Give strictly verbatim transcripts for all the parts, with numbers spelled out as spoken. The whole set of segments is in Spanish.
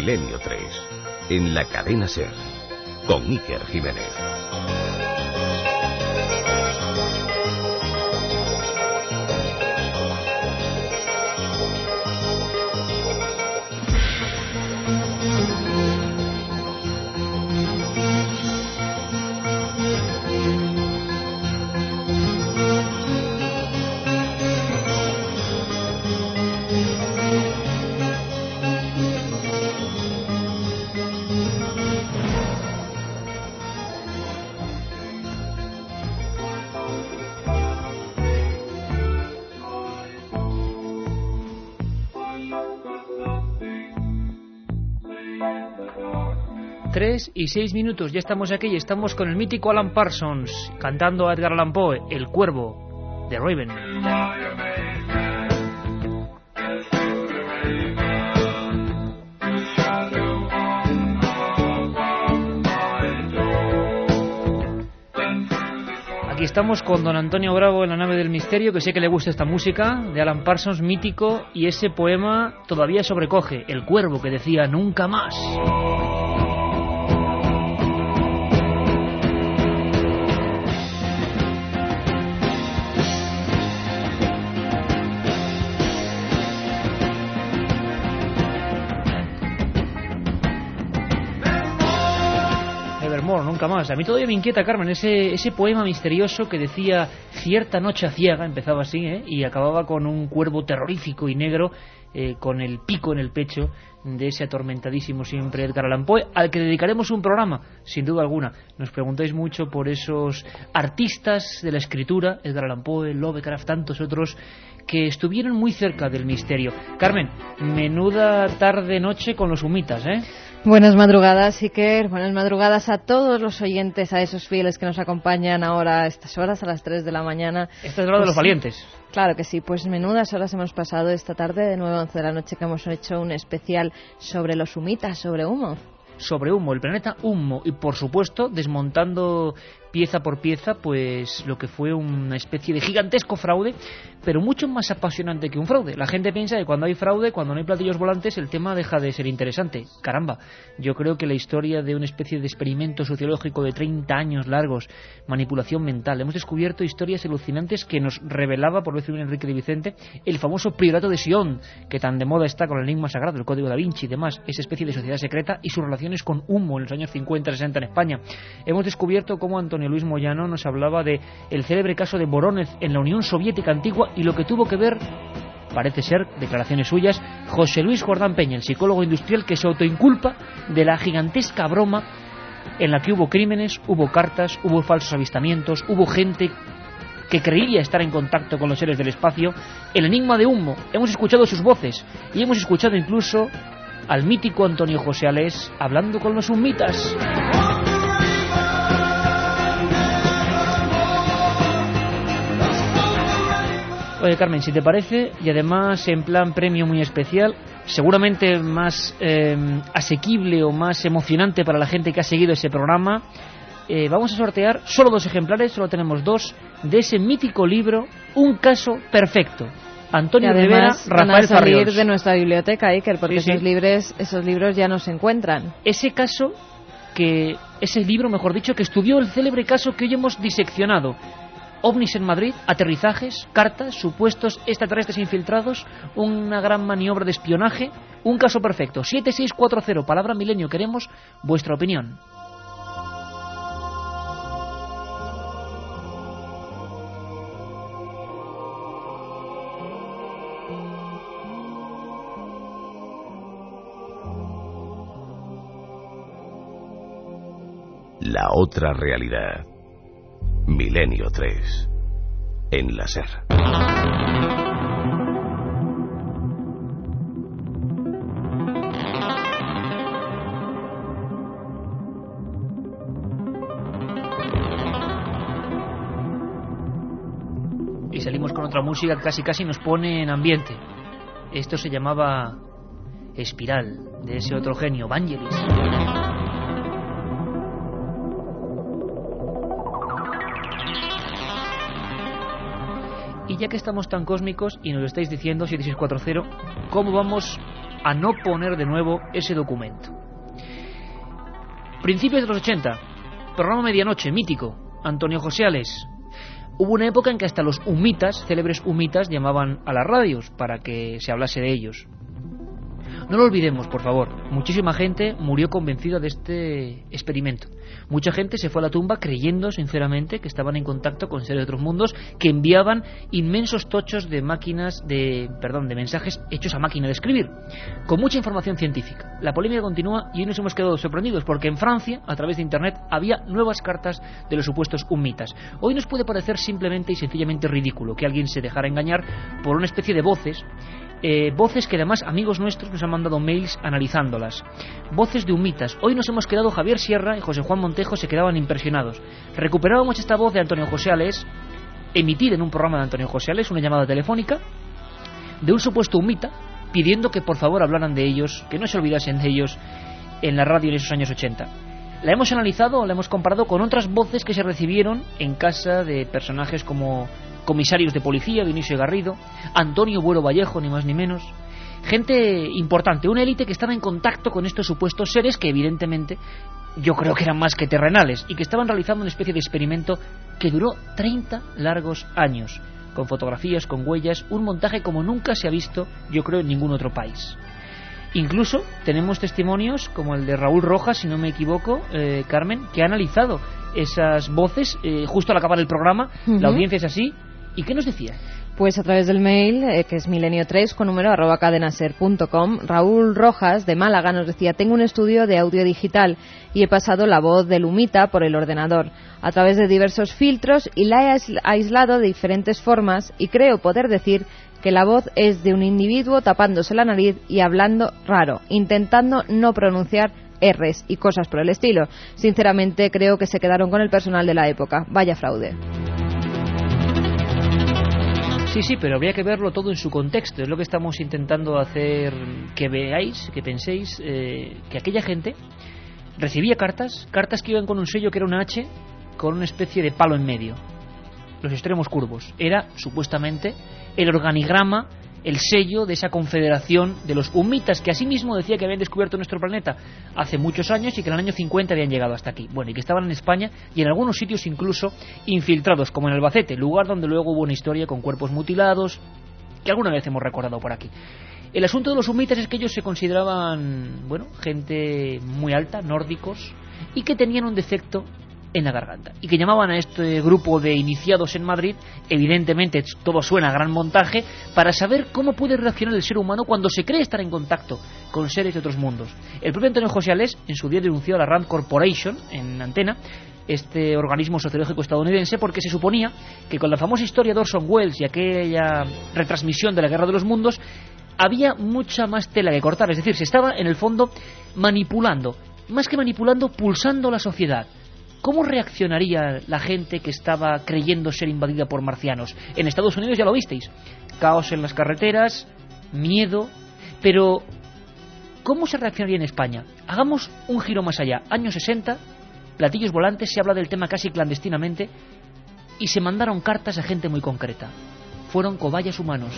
Milenio tres, en la cadena SER, con Iker Jiménez. Tres y seis minutos, ya estamos aquí y estamos con el mítico Alan Parsons cantando a Edgar Allan Poe, El Cuervo, de Raven. Aquí estamos con don Antonio Bravo en la nave del misterio, que sé que le gusta esta música de Alan Parsons, mítico, y ese poema todavía sobrecoge, El Cuervo, que decía nunca más. Nunca más. A mí todavía me inquieta, Carmen, ese, ese poema misterioso que decía cierta noche ciega, empezaba así, ¿eh? Y acababa con un cuervo terrorífico y negro, eh, con el pico en el pecho de ese atormentadísimo siempre Edgar Allan Poe, al que dedicaremos un programa, sin duda alguna. Nos preguntáis mucho por esos artistas de la escritura, Edgar Allan Poe, Lovecraft, tantos otros, que estuvieron muy cerca del misterio. Carmen, menuda tarde-noche con los humitas, ¿eh? Buenas madrugadas, Iker. Buenas madrugadas a todos los oyentes, a esos fieles que nos acompañan ahora a estas horas, a las tres de la mañana. Esta es la hora pues, de los valientes. Claro que sí, pues menudas horas hemos pasado esta tarde, de nueve a once de la noche, que hemos hecho un especial sobre los humitas, sobre Humo. Sobre Humo, el planeta Humo, y por supuesto desmontando pieza por pieza pues lo que fue una especie de gigantesco fraude, pero mucho más apasionante que un fraude. La gente piensa que cuando hay fraude, cuando no hay platillos volantes, el tema deja de ser interesante. Caramba, yo creo que la historia de una especie de experimento sociológico de treinta años largos, manipulación mental, hemos descubierto historias alucinantes que nos revelaba, por decirlo en Enrique de Vicente, el famoso priorato de Sion, que tan de moda está con el enigma sagrado, el código da Vinci y demás, esa especie de sociedad secreta y sus relaciones con Humo en los años cincuenta sesenta en España. Hemos descubierto cómo Antonio Luis Moyano nos hablaba de el célebre caso de Voronezh en la Unión Soviética antigua y lo que tuvo que ver, parece ser, declaraciones suyas, José Luis Jordán Peña, el psicólogo industrial que se autoinculpa de la gigantesca broma en la que hubo crímenes, hubo cartas, hubo falsos avistamientos, hubo gente que creía estar en contacto con los seres del espacio. El enigma de Humo, hemos escuchado sus voces y hemos escuchado incluso al mítico Antonio José Alés hablando con los humitas. Oye, Carmen, si te parece, y además en plan premio muy especial, seguramente más eh, asequible o más emocionante para la gente que ha seguido ese programa, eh, vamos a sortear solo dos ejemplares, solo tenemos dos, de ese mítico libro, Un caso perfecto. Antonio Rivera, Rafael van a salir Farriós. De nuestra biblioteca, Iker, porque sí, sí. Esos, libros, esos libros ya no se encuentran. Ese caso, que ese libro, mejor dicho, que estudió el célebre caso que hoy hemos diseccionado. OVNIs en Madrid, aterrizajes, cartas, supuestos extraterrestres infiltrados, una gran maniobra de espionaje, un caso perfecto. siete seis cuatro cero, palabra milenio, queremos vuestra opinión. La otra realidad. Milenio tres, en la SER. Y salimos con otra música que casi casi nos pone en ambiente. Esto se llamaba Espiral, de ese otro genio, Vangelis. Y ya que estamos tan cósmicos y nos lo estáis diciendo, siete seis cuatro cero, ¿cómo vamos a no poner de nuevo ese documento. Principios de los ochenta, programa Medianoche, mítico, Antonio José Alés. Hubo una época en que hasta los humitas, célebres humitas, llamaban a las radios para que se hablase de ellos. No lo olvidemos, por favor. Muchísima gente murió convencida de este experimento. Mucha gente se fue a la tumba creyendo sinceramente que estaban en contacto con seres de otros mundos que enviaban inmensos tochos de máquinas de, perdón, de mensajes hechos a máquina de escribir, con mucha información científica. La polémica continúa y hoy nos hemos quedado sorprendidos porque en Francia, a través de internet, había nuevas cartas de los supuestos humitas. Hoy nos puede parecer simplemente y sencillamente ridículo que alguien se dejara engañar por una especie de voces. Eh, voces que además amigos nuestros nos han mandado mails analizándolas. Voces de humitas. Hoy nos hemos quedado, Javier Sierra y José Juan Montejo se quedaban impresionados. Recuperábamos esta voz de Antonio José Alés, emitida en un programa de Antonio José Alés, una llamada telefónica, de un supuesto humita, pidiendo que por favor hablaran de ellos, que no se olvidasen de ellos en la radio en esos años ochenta. La hemos analizado, la hemos comparado con otras voces que se recibieron en casa de personajes como comisarios de policía, Vinicio Garrido, Antonio Buero Vallejo, ni más ni menos. Gente importante, una élite que estaba en contacto con estos supuestos seres que evidentemente yo creo que eran más que terrenales y que estaban realizando una especie de experimento que duró treinta largos años, con fotografías, con huellas, un montaje como nunca se ha visto, yo creo, en ningún otro país. Incluso tenemos testimonios como el de Raúl Rojas, si no me equivoco, eh, Carmen, que ha analizado esas voces eh, justo al acabar el programa. Uh-huh. La audiencia es así. ¿Y qué nos decía? Pues a través del mail, eh, que es milenio tres con número arroba cadenaser punto com, Raúl Rojas de Málaga nos decía: tengo un estudio de audio digital y he pasado la voz del humita por el ordenador a través de diversos filtros y la he aislado de diferentes formas y creo poder decir que la voz es de un individuo tapándose la nariz y hablando raro, intentando no pronunciar R's y cosas por el estilo. Sinceramente creo que se quedaron con el personal de la época. Vaya fraude. Sí, sí, pero habría que verlo todo en su contexto. Es lo que estamos intentando hacer que veáis, que penséis, eh, que aquella gente recibía cartas, cartas que iban con un sello que era una H, con una especie de palo en medio, los extremos curvos. Era, supuestamente, el organigrama, el sello de esa confederación de los humitas, que asimismo decía que habían descubierto nuestro planeta hace muchos años y que en el año cincuenta habían llegado hasta aquí. Bueno, y que estaban en España y en algunos sitios incluso infiltrados, como en Albacete, lugar donde luego hubo una historia con cuerpos mutilados, que alguna vez hemos recordado por aquí. El asunto de los humitas es que ellos se consideraban, bueno, gente muy alta, nórdicos, y que tenían un defecto en la garganta, y que llamaban a este grupo de iniciados en Madrid, evidentemente todo suena a gran montaje, para saber cómo puede reaccionar el ser humano cuando se cree estar en contacto con seres de otros mundos. El propio Antonio José Alés en su día denunció a la Rand Corporation en Antena, este organismo sociológico estadounidense, porque se suponía que con la famosa historia de Orson Welles y aquella retransmisión de la Guerra de los Mundos había mucha más tela que cortar, es decir, se estaba en el fondo manipulando, más que manipulando, pulsando la sociedad. ¿Cómo reaccionaría la gente que estaba creyendo ser invadida por marcianos? En Estados Unidos ya lo visteis, caos en las carreteras, miedo, pero ¿cómo se reaccionaría en España? Hagamos un giro más allá, años sesenta, platillos volantes, se habla del tema casi clandestinamente y se mandaron cartas a gente muy concreta. Fueron cobayas humanos.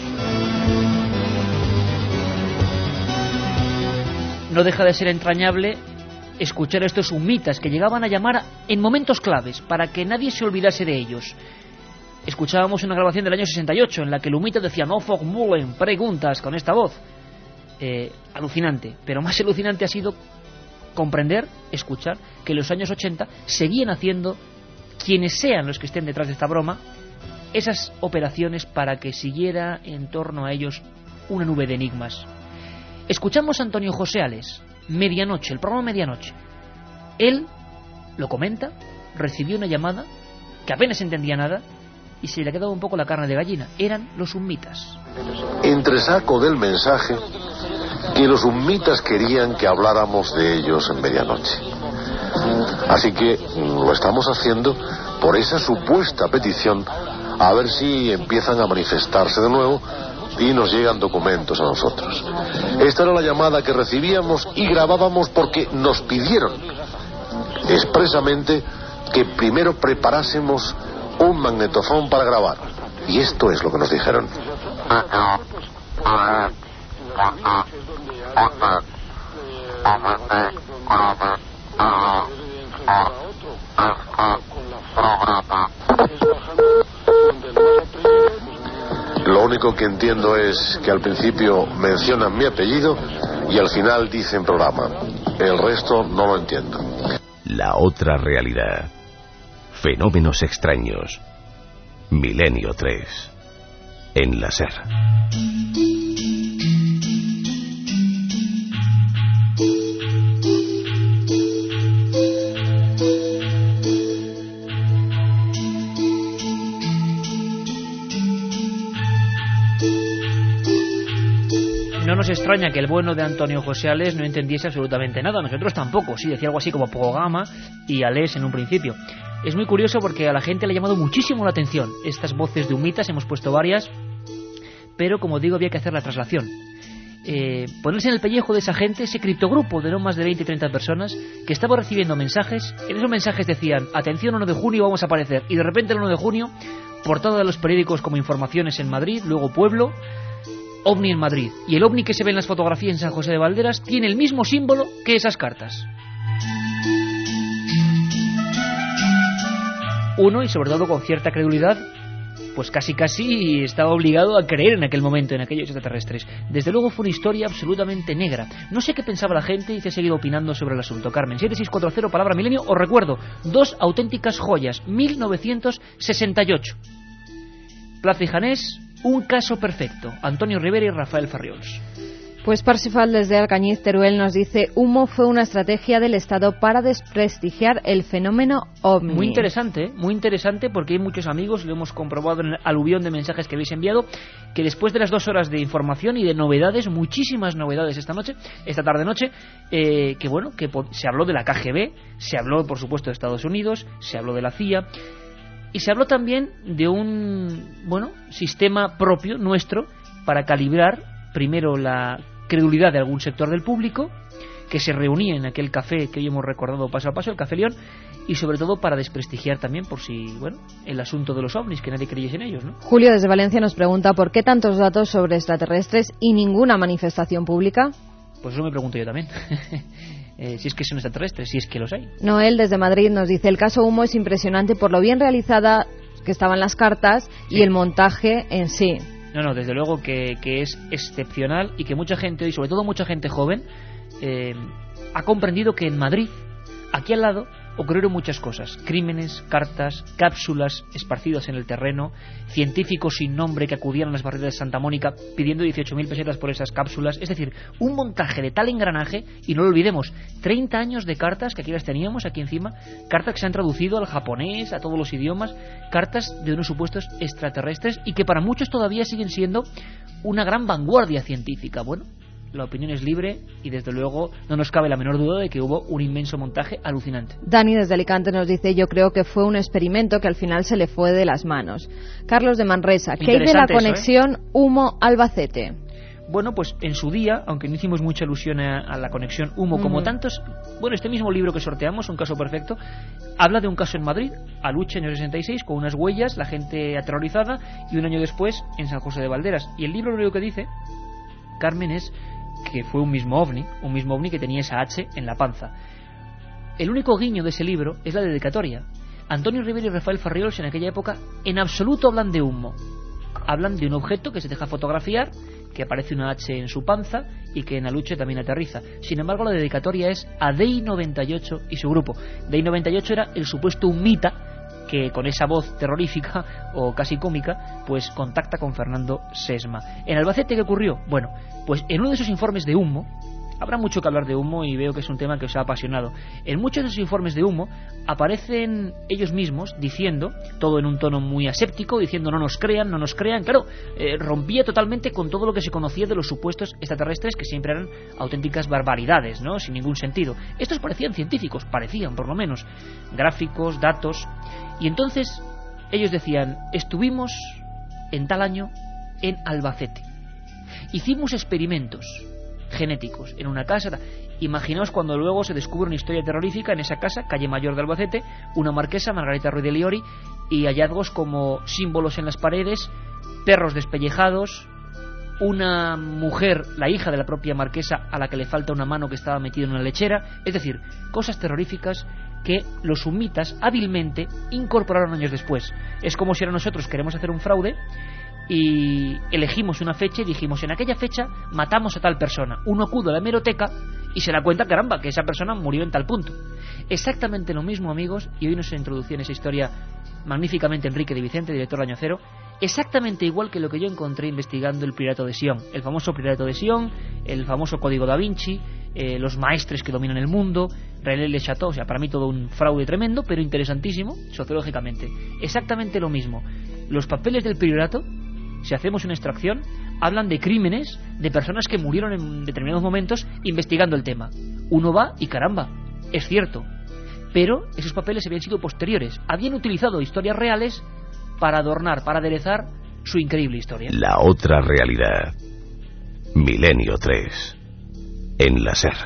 No deja de ser entrañable escuchar a estos humitas que llegaban a llamar en momentos claves para que nadie se olvidase de ellos. Escuchábamos una grabación del año sesenta y ocho en la que el humita decía "no formulen preguntas" con esta voz. Eh, alucinante, pero más alucinante ha sido comprender, escuchar que en los años ochenta seguían haciendo, quienes sean los que estén detrás de esta broma, esas operaciones para que siguiera en torno a ellos una nube de enigmas. Escuchamos a Antonio José Alés, Medianoche, el programa Medianoche. Él lo comenta, recibió una llamada que apenas entendía nada y se le ha quedado un poco la carne de gallina. Eran los humitas. Entresaco del mensaje que los humitas querían que habláramos de ellos en Medianoche. Así que lo estamos haciendo por esa supuesta petición, a ver si empiezan a manifestarse de nuevo y nos llegan documentos a nosotros. Esta era la llamada que recibíamos y grabábamos porque nos pidieron expresamente que primero preparásemos un magnetofón para grabar. Y esto es lo que nos dijeron. Lo único que entiendo es que al principio mencionan mi apellido y al final dicen programa. El resto no lo entiendo. La otra realidad. Fenómenos extraños. Milenio tres. En la SER. No nos extraña que el bueno de Antonio José Alés no entendiese absolutamente nada. Nosotros tampoco. Sí, decía algo así como programa y Alés en un principio. Es muy curioso porque a la gente le ha llamado muchísimo la atención estas voces de humitas. Hemos puesto varias, pero como digo, había que hacer la traslación. Eh, ponerse en el pellejo de esa gente, ese criptogrupo de no más de veinte o treinta personas que estaba recibiendo mensajes. En esos mensajes decían: atención, uno de junio vamos a aparecer. Y de repente el uno de junio, portada de los periódicos como Informaciones en Madrid, luego Pueblo, OVNI en Madrid. Y el OVNI que se ve en las fotografías en San José de Valderas tiene el mismo símbolo que esas cartas. Uno, y sobre todo con cierta credulidad, pues casi casi estaba obligado a creer en aquel momento en aquellos extraterrestres. Desde luego fue una historia absolutamente negra. No sé qué pensaba la gente y te he seguido opinando sobre el asunto. Carmen, siete seis cuatro cero, palabra milenio. Os recuerdo, dos auténticas joyas, mil novecientos sesenta y ocho. Plaza y Janés, un caso perfecto. Antonio Rivera y Rafael Farriols. Pues Parsifal desde Alcañiz, Teruel, nos dice: humo fue una estrategia del Estado para desprestigiar el fenómeno OVNI. Muy interesante, muy interesante, porque hay muchos amigos, lo hemos comprobado en el aluvión de mensajes que habéis enviado, que después de las dos horas de información y de novedades, muchísimas novedades esta noche, esta tarde-noche, eh, que bueno, que se habló de la K G B, se habló por supuesto de Estados Unidos, se habló de la C I A, y se habló también de un, bueno, sistema propio nuestro para calibrar primero la credulidad de algún sector del público que se reunía en aquel café que hoy hemos recordado paso a paso, el Café León, y sobre todo para desprestigiar también, por si, bueno, el asunto de los ovnis, que nadie creyese en ellos, ¿no? Julio desde Valencia nos pregunta: ¿por qué tantos datos sobre extraterrestres y ninguna manifestación pública? Pues eso me pregunto yo también. eh, si es que son extraterrestres, si es que los hay. Noel desde Madrid nos dice: el caso Humo es impresionante por lo bien realizada que estaban las cartas y sí, el montaje en sí. No, no, desde luego que, que es excepcional y que mucha gente, y sobre todo mucha gente joven, eh, ha comprendido que en Madrid, aquí al lado, ocurrieron muchas cosas: crímenes, cartas, cápsulas esparcidas en el terreno, científicos sin nombre que acudían a las barreras de Santa Mónica pidiendo dieciocho mil pesetas por esas cápsulas. Es decir, un montaje de tal engranaje, y no lo olvidemos, treinta años de cartas, que aquí las teníamos, aquí encima, cartas que se han traducido al japonés, a todos los idiomas, cartas de unos supuestos extraterrestres y que para muchos todavía siguen siendo una gran vanguardia científica. Bueno, la opinión es libre y desde luego no nos cabe la menor duda de que hubo un inmenso montaje alucinante. Dani desde Alicante nos dice: yo creo que fue un experimento que al final se le fue de las manos. Carlos de Manresa: ¿qué hay de la conexión eso, eh? Humo-Albacete? Bueno, pues en su día, aunque no hicimos mucha alusión a, a la conexión Humo, mm. como tantos, bueno, este mismo libro que sorteamos, Un caso perfecto, habla de un caso en Madrid, Aluche, año sesenta y seis, con unas huellas, la gente aterrorizada, y un año después en San José de Valderas. Y el libro lo único que dice, Carmen, es que fue un mismo ovni, un mismo ovni que tenía esa H en la panza. El único guiño de ese libro es la dedicatoria. Antonio Rivera y Rafael Farriols en aquella época en absoluto hablan de humo. Hablan de un objeto que se deja fotografiar, que aparece una H en su panza y que en Aluche también aterriza. Sin embargo, la dedicatoria es a D I noventa y ocho y su grupo. D I noventa y ocho era el supuesto humita que con esa voz terrorífica o casi cómica pues contacta con Fernando Sesma. ¿En Albacete qué ocurrió? Bueno, pues en uno de esos informes de Humo, habrá mucho que hablar de Humo y veo que es un tema que os ha apasionado. En muchos de esos informes de Humo aparecen ellos mismos diciendo, todo en un tono muy aséptico, diciendo no nos crean, no nos crean. Claro, eh, rompía totalmente con todo lo que se conocía de los supuestos extraterrestres, que siempre eran auténticas barbaridades, ¿no? Sin ningún sentido. Estos parecían científicos, parecían por lo menos, gráficos, datos. Y entonces ellos decían: estuvimos en tal año en Albacete, hicimos experimentos genéticos en una casa. Imaginaos cuando luego se descubre una historia terrorífica en esa casa, calle Mayor de Albacete, una marquesa, Margarita Ruiz de Liori, y hallazgos como símbolos en las paredes, perros despellejados, una mujer, la hija de la propia marquesa, a la que le falta una mano, que estaba metida en una lechera. Es decir, cosas terroríficas que los sumitas hábilmente incorporaron años después. Es como si ahora nosotros queremos hacer un fraude y elegimos una fecha y dijimos: en aquella fecha matamos a tal persona. Uno acude a la hemeroteca y se da cuenta, caramba, que esa persona murió en tal punto. Exactamente lo mismo, amigos, y hoy nos introducía en esa historia magníficamente Enrique de Vicente, director de Año Cero. Exactamente igual que lo que yo encontré investigando el Priorato de Sion, el famoso Priorato de Sion, el famoso Código da Vinci, eh, los maestres que dominan el mundo, René Le Chateau. O sea, para mí todo un fraude tremendo, pero interesantísimo sociológicamente. Exactamente lo mismo. Los papeles del Priorato, si hacemos una extracción, hablan de crímenes de personas que murieron en determinados momentos investigando el tema. Uno va y caramba, es cierto, pero esos papeles habían sido posteriores, habían utilizado historias reales para adornar, para aderezar su increíble historia. La otra realidad. Milenio tres. En la SER.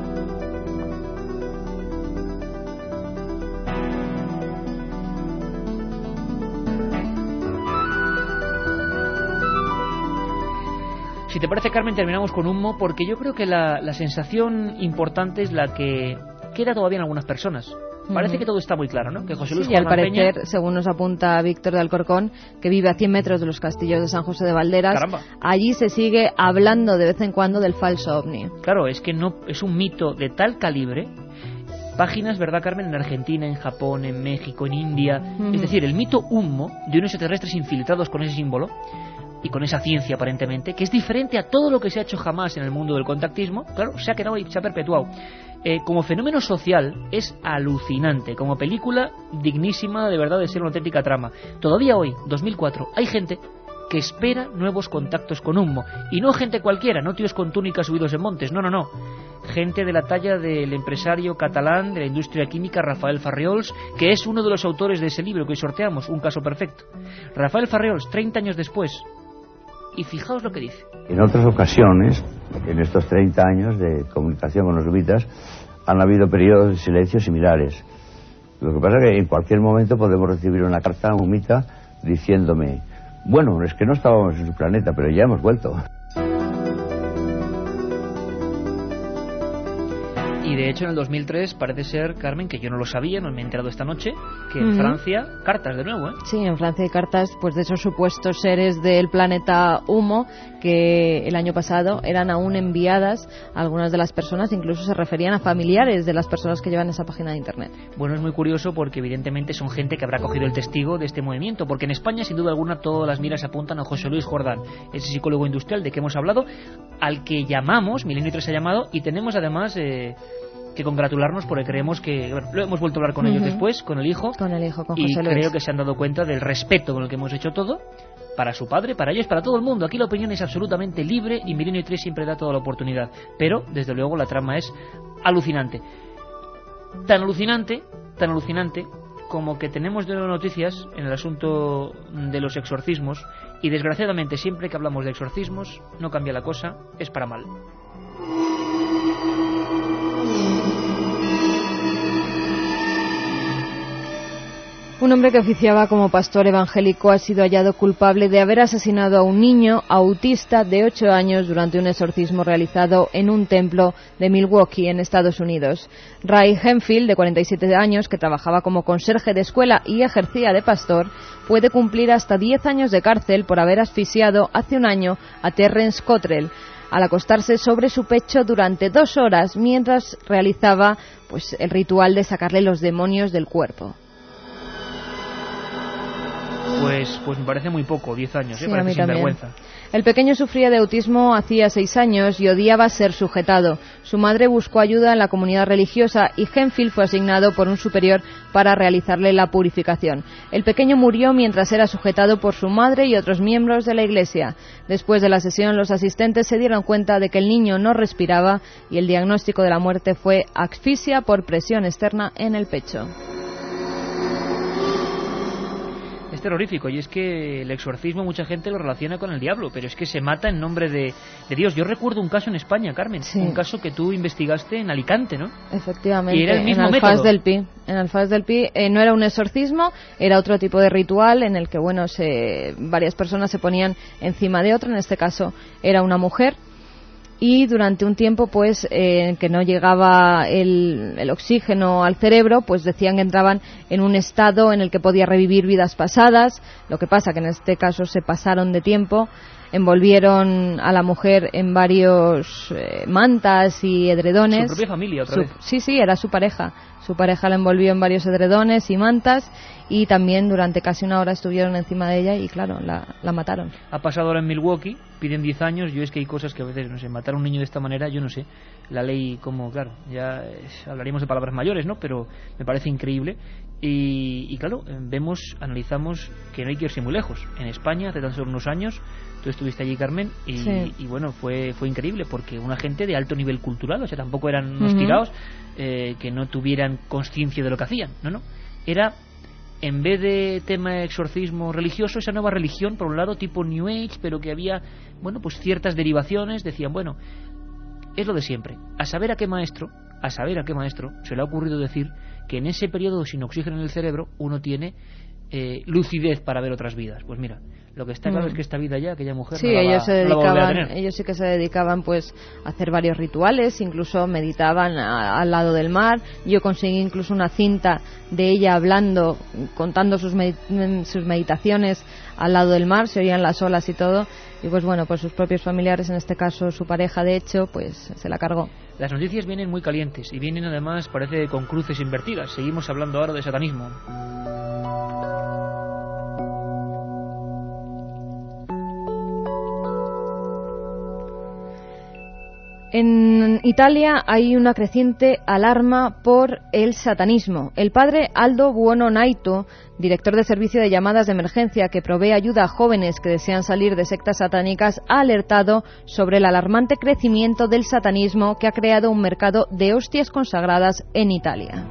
Si te parece, Carmen, terminamos con Humo, porque yo creo que la, la sensación importante es la que queda todavía en algunas personas. Parece uh-huh. que todo está muy claro, ¿no? Que José Luis sí, y al parecer, Peña... según nos apunta Víctor de Alcorcón, que vive a cien metros de los castillos de San José de Valderas, Caramba. Allí se sigue hablando de vez en cuando del falso ovni. Claro, es que no es un mito de tal calibre. Páginas, ¿verdad, Carmen?, en Argentina, en Japón, en México, en India. Uh-huh. Es decir, el mito Humo de unos extraterrestres infiltrados con ese símbolo y con esa ciencia aparentemente, que es diferente a todo lo que se ha hecho jamás en el mundo del contactismo. Claro, se ha quedado y se ha perpetuado. Eh, como fenómeno social es alucinante, como película dignísima de verdad de ser una auténtica trama. Todavía hoy, dos mil cuatro, hay gente que espera nuevos contactos con Humo, y no gente cualquiera, no tíos con túnicas subidos en montes, no, no, no, gente de la talla del empresario catalán de la industria química Rafael Farriols, que es uno de los autores de ese libro que hoy sorteamos, Un caso perfecto. Rafael Farriols, treinta años después, y fijaos lo que dice. En otras ocasiones, en estos treinta años de comunicación con los humitas, han habido periodos de silencio similares. Lo que pasa es que en cualquier momento podemos recibir una carta a un humita diciéndome: bueno, es que no estábamos en su planeta, pero ya hemos vuelto. Y de hecho en el dos mil tres parece ser, Carmen, que yo no lo sabía, no me he enterado esta noche, que en uh-huh. Francia, cartas de nuevo, ¿eh? Sí, en Francia hay cartas pues de esos supuestos seres del planeta Humo que el año pasado eran aún enviadas a algunas de las personas, incluso se referían a familiares de las personas que llevan esa página de internet. Bueno, es muy curioso porque evidentemente son gente que habrá cogido el testigo de este movimiento, porque en España sin duda alguna todas las miras apuntan a José Luis Jordán, ese psicólogo industrial de que hemos hablado, al que llamamos, Milenio tres ha llamado, y tenemos además eh, que congratularnos porque creemos que, bueno, lo hemos vuelto a hablar con uh-huh. ellos después, con el hijo, con el hijo, con José y Luis. Creo que se han dado cuenta del respeto con el que hemos hecho todo, para su padre, para ellos, para todo el mundo. Aquí la opinión es absolutamente libre y Milenio tres siempre da toda la oportunidad, pero desde luego la trama es alucinante, tan alucinante, tan alucinante como que tenemos de nuevo noticias en el asunto de los exorcismos, y desgraciadamente siempre que hablamos de exorcismos no cambia la cosa, es para mal. Un hombre que oficiaba como pastor evangélico ha sido hallado culpable de haber asesinado a un niño autista de ocho años durante un exorcismo realizado en un templo de Milwaukee, en Estados Unidos. Ray Henfield, de cuarenta y siete años, que trabajaba como conserje de escuela y ejercía de pastor, puede cumplir hasta diez años de cárcel por haber asfixiado hace un año a Terrence Cottrell al acostarse sobre su pecho durante dos horas mientras realizaba pues el ritual de sacarle los demonios del cuerpo. Pues, pues me parece muy poco, diez años, sí, ¿eh? Parece sinvergüenza. El pequeño sufría de autismo hacía seis años y odiaba ser sujetado. Su madre buscó ayuda en la comunidad religiosa y Henfield fue asignado por un superior para realizarle la purificación. El pequeño murió mientras era sujetado por su madre y otros miembros de la iglesia. Después de la sesión, los asistentes se dieron cuenta de que el niño no respiraba y el diagnóstico de la muerte fue asfixia por presión externa en el pecho. es terrorífico, y es que el exorcismo mucha gente lo relaciona con el diablo, pero es que se mata en nombre de, de Dios. Yo recuerdo un caso en España, Carmen, sí. un caso que tú investigaste en Alicante, ¿no? Efectivamente, y era el mismo en método. Alfaz del Pi. En Alfaz del Pi eh, no era un exorcismo, era otro tipo de ritual en el que, bueno, se, varias personas se ponían encima de otra, en este caso era una mujer, y durante un tiempo pues eh, que no llegaba el, el oxígeno al cerebro, pues decían que entraban en un estado en el que podía revivir vidas pasadas. Lo que pasa que en este caso se pasaron de tiempo, envolvieron a la mujer en varios eh, mantas y edredones. Su propia familia otra su, vez. Sí, sí, era su pareja. Su pareja la envolvió en varios edredones y mantas, y también durante casi una hora estuvieron encima de ella y, claro, la, la mataron. Ha pasado ahora en Milwaukee, piden diez años. Yo es que hay cosas que a veces, no sé, matar a un niño de esta manera, yo no sé. La ley, como, claro, ya es, hablaríamos de palabras mayores, ¿no? Pero me parece increíble. Y, y claro, vemos, analizamos que no hay que irse muy lejos. En España, hace tan solo unos años, tú estuviste allí, Carmen, y, sí. y bueno, fue fue increíble, porque una gente de alto nivel cultural, o sea, tampoco eran unos uh-huh. tirados eh, que no tuvieran conciencia de lo que hacían, no, no. Era, en vez de tema exorcismo religioso, esa nueva religión, por un lado, tipo New Age, pero que había, bueno, pues ciertas derivaciones. Decían, bueno, es lo de siempre. A saber a qué maestro, a saber a qué maestro se le ha ocurrido decir que en ese periodo sin oxígeno en el cerebro uno tiene eh, lucidez para ver otras vidas. Pues mira, lo que está claro mm. es que esta vida ya, aquella mujer sí, no la ellos va, se no la va a volver a dedicaban, tener. ellos sí que se dedicaban pues a hacer varios rituales, incluso meditaban a, al lado del mar. Yo conseguí incluso una cinta de ella hablando, contando sus, med- sus meditaciones al lado del mar, se oían las olas y todo. Y pues bueno, pues sus propios familiares, en este caso su pareja de hecho, pues se la cargó. Las noticias vienen muy calientes y vienen además, parece, con cruces invertidas. Seguimos hablando ahora de satanismo. En Italia hay una creciente alarma por el satanismo. El padre Aldo Buono Naito, director de servicio de llamadas de emergencia que provee ayuda a jóvenes que desean salir de sectas satánicas, ha alertado sobre el alarmante crecimiento del satanismo que ha creado un mercado de hostias consagradas en Italia.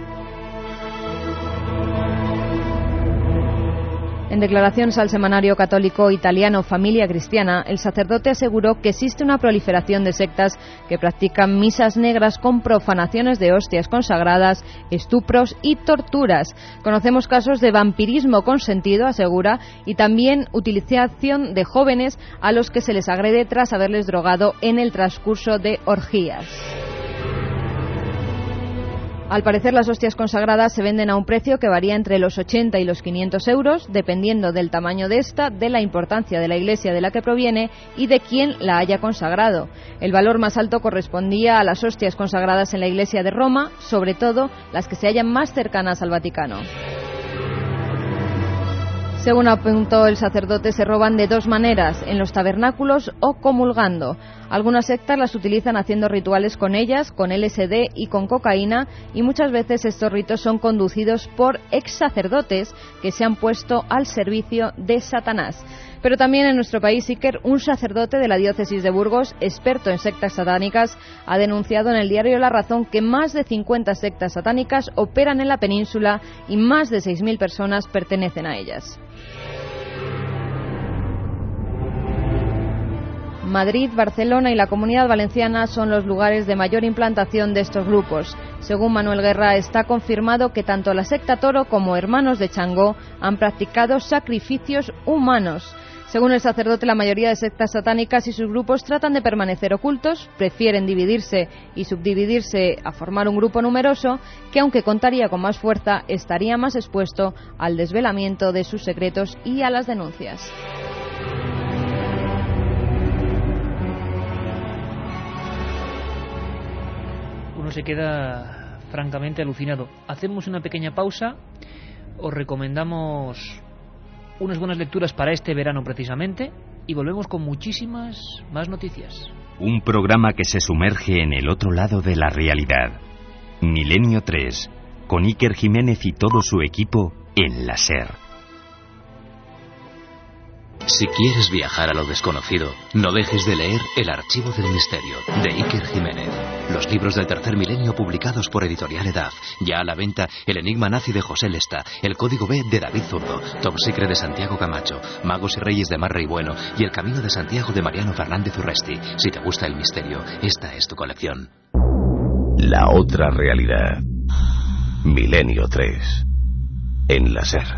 En declaraciones al semanario católico italiano Familia Cristiana, el sacerdote aseguró que existe una proliferación de sectas que practican misas negras con profanaciones de hostias consagradas, estupros y torturas. Conocemos casos de vampirismo consentido, asegura, y también utilización de jóvenes a los que se les agrede tras haberles drogado en el transcurso de orgías. Al parecer, las hostias consagradas se venden a un precio que varía entre los ochenta y los quinientos euros, dependiendo del tamaño de esta, de la importancia de la iglesia de la que proviene y de quién la haya consagrado. El valor más alto correspondía a las hostias consagradas en la iglesia de Roma, sobre todo las que se hallan más cercanas al Vaticano. Según apuntó el sacerdote, se roban de dos maneras, en los tabernáculos o comulgando. Algunas sectas las utilizan haciendo rituales con ellas, con L S D y con cocaína, y muchas veces estos ritos son conducidos por ex sacerdotes que se han puesto al servicio de Satanás. Pero también en nuestro país, Iker, un sacerdote de la diócesis de Burgos, experto en sectas satánicas, ha denunciado en el diario La Razón que más de cincuenta sectas satánicas operan en la península y más de seis mil personas pertenecen a ellas. Madrid, Barcelona y la Comunidad Valenciana son los lugares de mayor implantación de estos grupos. Según Manuel Guerra, está confirmado que tanto la secta Toro como Hermanos de Changó han practicado sacrificios humanos. Según el sacerdote, la mayoría de sectas satánicas y sus grupos tratan de permanecer ocultos, prefieren dividirse y subdividirse a formar un grupo numeroso que, aunque contaría con más fuerza, estaría más expuesto al desvelamiento de sus secretos y a las denuncias. Uno se queda francamente alucinado. Hacemos una pequeña pausa, os recomendamos unas buenas lecturas para este verano precisamente y volvemos con muchísimas más noticias. Un programa que se sumerge en el otro lado de la realidad. Milenio tres, con Iker Jiménez y todo su equipo en la SER. Si quieres viajar a lo desconocido, no dejes de leer El Archivo del Misterio, de Iker Jiménez. Los libros del tercer milenio publicados por Editorial Edad. Ya a la venta El Enigma Nazi de José Lesta, El Código B de David Zurdo, Top Secret de Santiago Camacho, Magos y Reyes de Marra y Bueno y El Camino de Santiago de Mariano Fernández Urresti. Si te gusta el misterio, esta es tu colección. La otra realidad. Milenio tres. En la SER.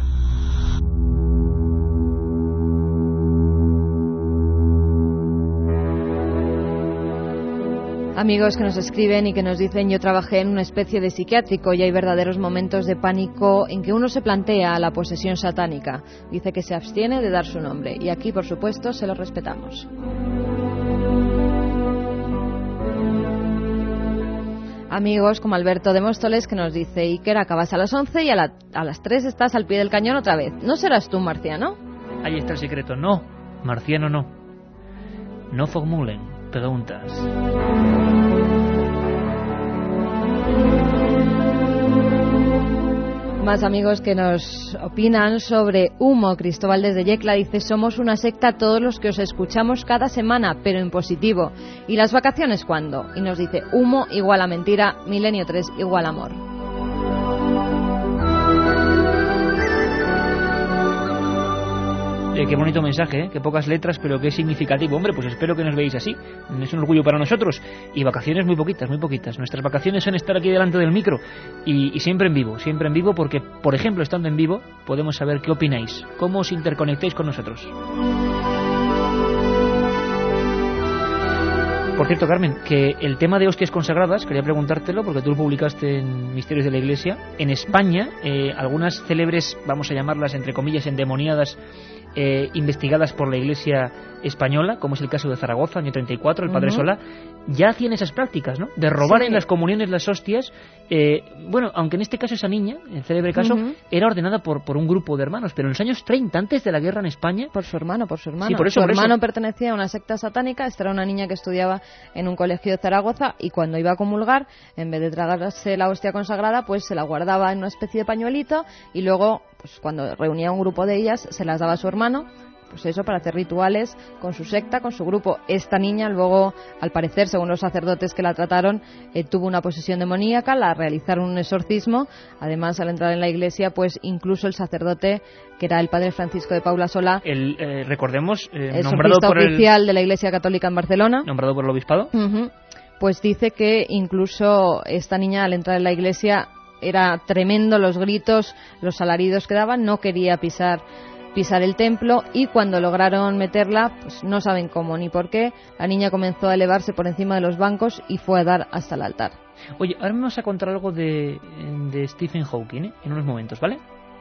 Amigos que nos escriben y que nos dicen: yo trabajé en una especie de psiquiátrico y hay verdaderos momentos de pánico en que uno se plantea la posesión satánica. Dice que se abstiene de dar su nombre y aquí, por supuesto, se lo respetamos. Amigos como Alberto de Móstoles, que nos dice: Iker, acabas a las once y a, la, a las tres estás al pie del cañón otra vez. ¿No serás tú, marciano? Ahí está el secreto. No, marciano no. No formulen preguntas. Más amigos que nos opinan sobre humo. Cristóbal desde Yecla dice: somos una secta todos los que os escuchamos cada semana, pero en positivo. ¿Y las vacaciones cuándo? Y nos dice: humo igual a mentira, Milenio tres igual amor. Eh, qué bonito mensaje, ¿eh? Qué pocas letras, pero qué significativo. Hombre, pues espero que nos veáis así. Es un orgullo para nosotros. Y vacaciones muy poquitas, muy poquitas. Nuestras vacaciones son estar aquí delante del micro. Y, y siempre en vivo, siempre en vivo, porque, por ejemplo, estando en vivo, podemos saber qué opináis, cómo os interconectáis con nosotros. Por cierto, Carmen, que el tema de hostias consagradas, quería preguntártelo porque tú lo publicaste en Misterios de la Iglesia. En España, eh, algunas célebres, vamos a llamarlas entre comillas, endemoniadas, eh, investigadas por la Iglesia española, como es el caso de Zaragoza, año treinta y cuatro, el Padre uh-huh. Solá, ya hacían esas prácticas, ¿no? De robar sí. en las comuniones las hostias. Eh, bueno, aunque en este caso esa niña, en el célebre caso, uh-huh. era ordenada por, por un grupo de hermanos, pero en los años treinta, antes de la guerra en España... Por su hermano, por su hermano. Sí, por eso, su por hermano eso. pertenecía a una secta satánica. Esta era una niña que estudiaba en un colegio de Zaragoza y cuando iba a comulgar, en vez de tragarse la hostia consagrada, pues se la guardaba en una especie de pañuelito y luego, pues cuando reunía un grupo de ellas, se las daba a su hermano, pues eso, para hacer rituales con su secta, con su grupo. Esta niña luego, al parecer, según los sacerdotes que la trataron, eh, tuvo una posesión demoníaca, la realizaron un exorcismo. Además, al entrar en la iglesia, pues incluso el sacerdote, que era el padre Francisco de Paula Solá, el, eh, recordemos, eh, el nombrado por oficial el... de la Iglesia Católica en Barcelona, nombrado por el obispado, uh-huh, pues dice que incluso esta niña, al entrar en la iglesia, era tremendo los gritos, los alaridos que daban, no quería pisar pisar el templo, y cuando lograron meterla, pues no saben cómo ni por qué, la niña comenzó a elevarse por encima de los bancos y fue a dar hasta el altar. Oye, ahora me vas a contar algo de, de Stephen Hawking, ¿eh? En unos momentos, ¿vale?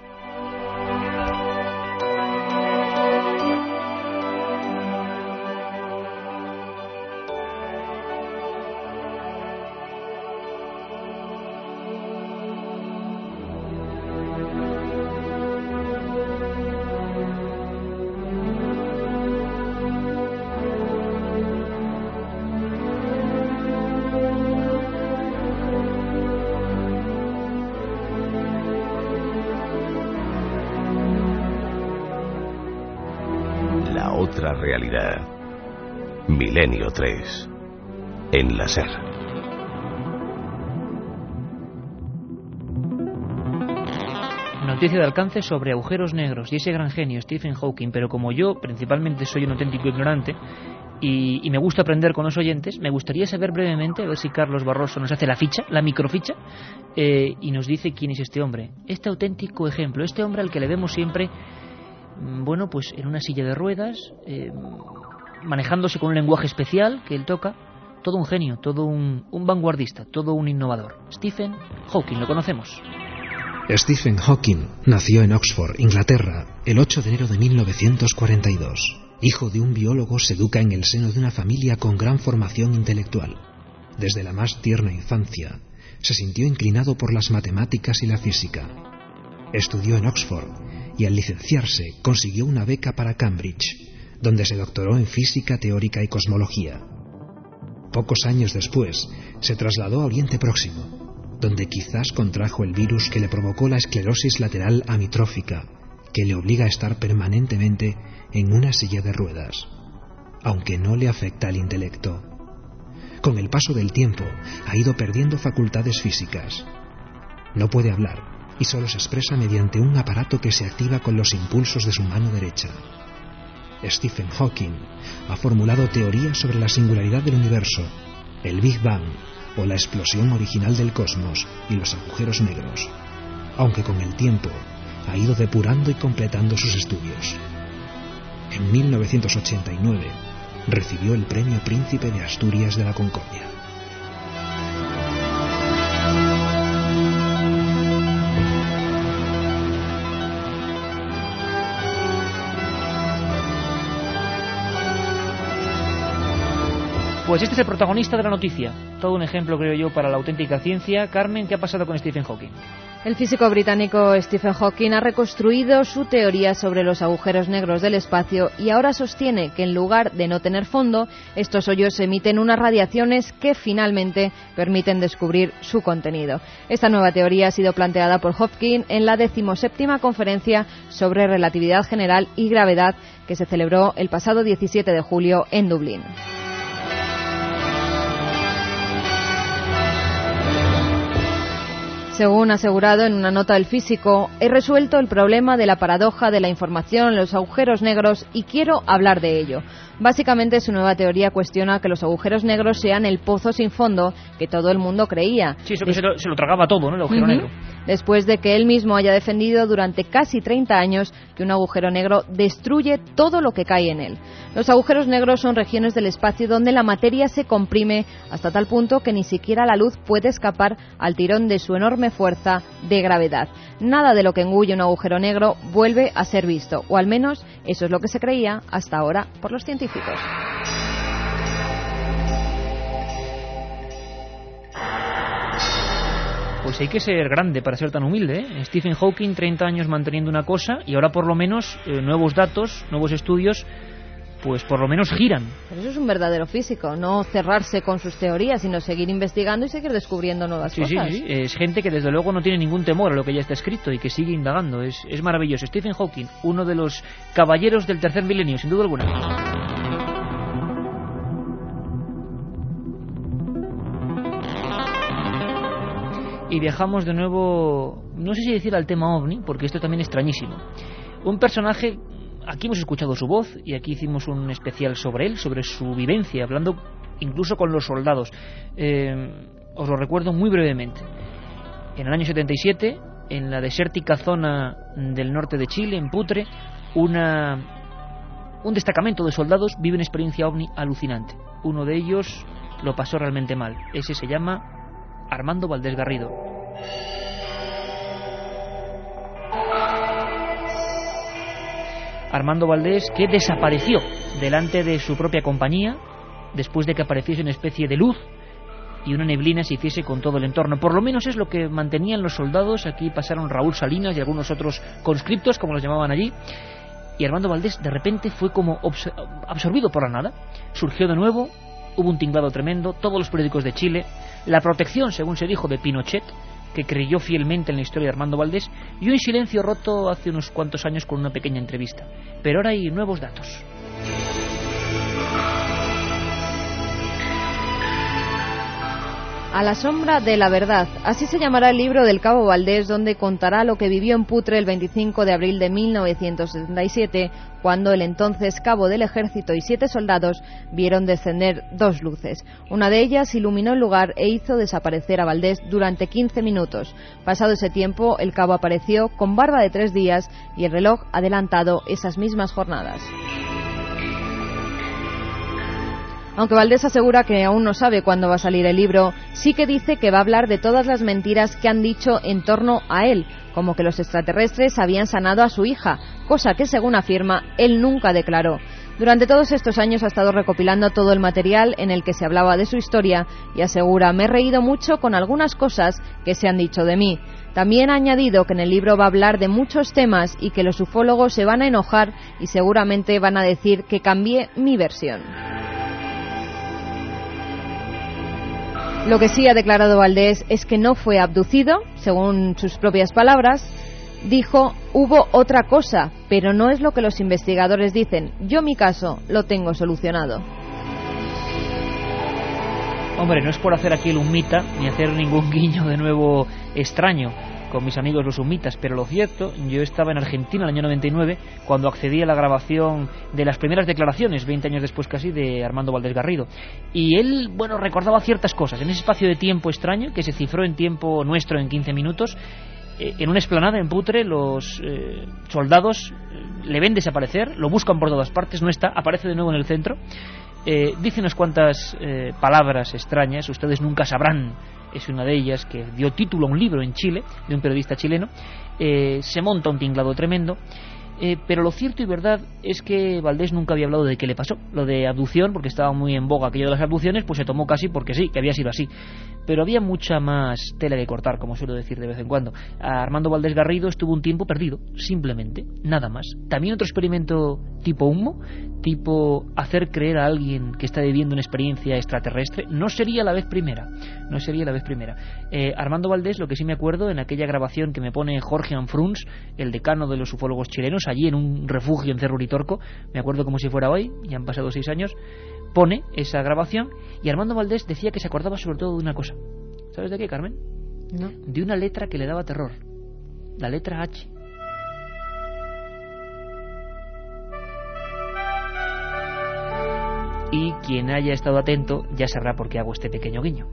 Otra realidad. Milenio tres. En la SER. Noticia de alcance sobre agujeros negros y ese gran genio Stephen Hawking, pero como yo principalmente soy un auténtico ignorante y, y me gusta aprender con los oyentes, me gustaría saber brevemente, a ver si Carlos Barroso nos hace la ficha, la microficha, eh, y nos dice quién es este hombre, este auténtico ejemplo, este hombre al que le vemos siempre, bueno, pues en una silla de ruedas, eh, manejándose con un lenguaje especial que él toca, todo un genio, todo un, un vanguardista, todo un innovador. Stephen Hawking, lo conocemos. Stephen Hawking nació en Oxford, Inglaterra, el ocho de enero de mil novecientos cuarenta y dos. Hijo de un biólogo, se educa en el seno de una familia con gran formación intelectual. Desde la más tierna infancia, se sintió inclinado por las matemáticas y la física. Estudió en Oxford y al licenciarse consiguió una beca para Cambridge, donde se doctoró en física teórica y cosmología. Pocos años después se trasladó a Oriente Próximo, donde quizás contrajo el virus que le provocó la esclerosis lateral amitrófica, que le obliga a estar permanentemente en una silla de ruedas, aunque no le afecta el intelecto. Con el paso del tiempo ha ido perdiendo facultades físicas. No puede hablar y solo se expresa mediante un aparato que se activa con los impulsos de su mano derecha. Stephen Hawking ha formulado teorías sobre la singularidad del universo, el Big Bang o la explosión original del cosmos y los agujeros negros, aunque con el tiempo ha ido depurando y completando sus estudios. En mil novecientos ochenta y nueve recibió el Premio Príncipe de Asturias de la Concordia. Pues este es el protagonista de la noticia. Todo un ejemplo, creo yo, para la auténtica ciencia. Carmen, ¿qué ha pasado con Stephen Hawking? El físico británico Stephen Hawking ha reconstruido su teoría sobre los agujeros negros del espacio y ahora sostiene que en lugar de no tener fondo, estos hoyos emiten unas radiaciones que finalmente permiten descubrir su contenido. Esta nueva teoría ha sido planteada por Hawking en la decimoséptima conferencia sobre relatividad general y gravedad que se celebró el pasado diecisiete de julio en Dublín. Según ha asegurado en una nota el físico, he resuelto el problema de la paradoja de la información en los agujeros negros y quiero hablar de ello. Básicamente, su nueva teoría cuestiona que los agujeros negros sean el pozo sin fondo que todo el mundo creía. Sí, eso que se lo, se lo tragaba todo, ¿no? El agujero uh-huh. negro. Después de que él mismo haya defendido durante casi treinta años que un agujero negro destruye todo lo que cae en él. Los agujeros negros son regiones del espacio donde la materia se comprime hasta tal punto que ni siquiera la luz puede escapar al tirón de su enorme fuerza de gravedad. Nada de lo que engulle un agujero negro vuelve a ser visto, o al menos eso es lo que se creía hasta ahora por los científicos. Pues hay que ser grande para ser tan humilde, ¿eh? Stephen Hawking, treinta años manteniendo una cosa y ahora por lo menos eh, nuevos datos, nuevos estudios, pues por lo menos giran. Pero eso es un verdadero físico, no cerrarse con sus teorías, sino seguir investigando y seguir descubriendo nuevas sí, cosas. Sí, sí, es gente que desde luego no tiene ningún temor a lo que ya está escrito y que sigue indagando. Es, es maravilloso. Stephen Hawking, uno de los caballeros del tercer milenio, sin duda alguna. Y viajamos de nuevo, no sé si decir al tema OVNI, porque esto también es extrañísimo. Un personaje, aquí hemos escuchado su voz y aquí hicimos un especial sobre él, sobre su vivencia, hablando incluso con los soldados. Eh, os lo recuerdo muy brevemente. En el año setenta y siete, en la desértica zona del norte de Chile, en Putre, una, un destacamento de soldados vive una experiencia OVNI alucinante. Uno de ellos lo pasó realmente mal. Ese se llama Armando Valdés Garrido. Armando Valdés, que desapareció delante de su propia compañía después de que apareciese una especie de luz y una neblina se hiciese con todo el entorno. Por lo menos es lo que mantenían los soldados. Aquí pasaron Raúl Salinas y algunos otros conscriptos, como los llamaban allí. Y Armando Valdés de repente fue como absorbido por la nada. Surgió de nuevo, hubo un tinglado tremendo, todos los periódicos de Chile, la protección, según se dijo, de Pinochet, que creyó fielmente en la historia de Armando Valdés, y un silencio roto hace unos cuantos años con una pequeña entrevista. Pero ahora hay nuevos datos. A la sombra de la verdad, así se llamará el libro del Cabo Valdés, donde contará lo que vivió en Putre el veinticinco de abril de mil novecientos setenta y siete, cuando el entonces cabo del ejército y siete soldados vieron descender dos luces. Una de ellas iluminó el lugar e hizo desaparecer a Valdés durante quince minutos. Pasado ese tiempo, el cabo apareció con barba de tres días y el reloj adelantado esas mismas jornadas. Aunque Valdés asegura que aún no sabe cuándo va a salir el libro, sí que dice que va a hablar de todas las mentiras que han dicho en torno a él, como que los extraterrestres habían sanado a su hija, cosa que, según afirma, él nunca declaró. Durante todos estos años ha estado recopilando todo el material en el que se hablaba de su historia y asegura: me he reído mucho con algunas cosas que se han dicho de mí. También ha añadido que en el libro va a hablar de muchos temas y que los ufólogos se van a enojar y seguramente van a decir que cambié mi versión. Lo que sí ha declarado Valdés es que no fue abducido, según sus propias palabras, dijo: hubo otra cosa, pero no es lo que los investigadores dicen. Yo mi caso lo tengo solucionado. Hombre, no es por hacer aquí el humita ni hacer ningún guiño de nuevo extraño con mis amigos los humitas, pero lo cierto, yo estaba en Argentina en el año noventa y nueve cuando accedí a la grabación de las primeras declaraciones, veinte años después casi, de Armando Valdés Garrido, y él, bueno, recordaba ciertas cosas en ese espacio de tiempo extraño que se cifró en tiempo nuestro en quince minutos. Eh, en una explanada en Putre los eh, soldados eh, le ven desaparecer, lo buscan por todas partes, no está, aparece de nuevo en el centro. Eh, dice unas cuantas eh, palabras extrañas, ustedes nunca sabrán, es una de ellas, que dio título a un libro en Chile, de un periodista chileno. Eh, se monta un tinglado tremendo, eh, pero lo cierto y verdad es que Valdés nunca había hablado de qué le pasó. Lo de abducción, porque estaba muy en boga aquello de las abducciones, pues se tomó casi porque sí, que había sido así. Pero había mucha más tela que cortar, como suelo decir de vez en cuando. A Armando Valdés Garrido estuvo un tiempo perdido, simplemente, nada más. También otro experimento tipo humo, tipo hacer creer a alguien que está viviendo una experiencia extraterrestre, no sería la vez primera, no sería la vez primera. Eh, Armando Valdés, lo que sí me acuerdo, en aquella grabación que me pone Jorge Anfruns, el decano de los ufólogos chilenos, allí en un refugio en Cerro Uritorco, me acuerdo como si fuera hoy, ya han pasado seis años, pone esa grabación y Armando Valdés decía que se acordaba sobre todo de una cosa. ¿Sabes de qué, Carmen? No. De una letra que le daba terror, la letra H. Y quien haya estado atento ya sabrá por qué hago este pequeño guiño.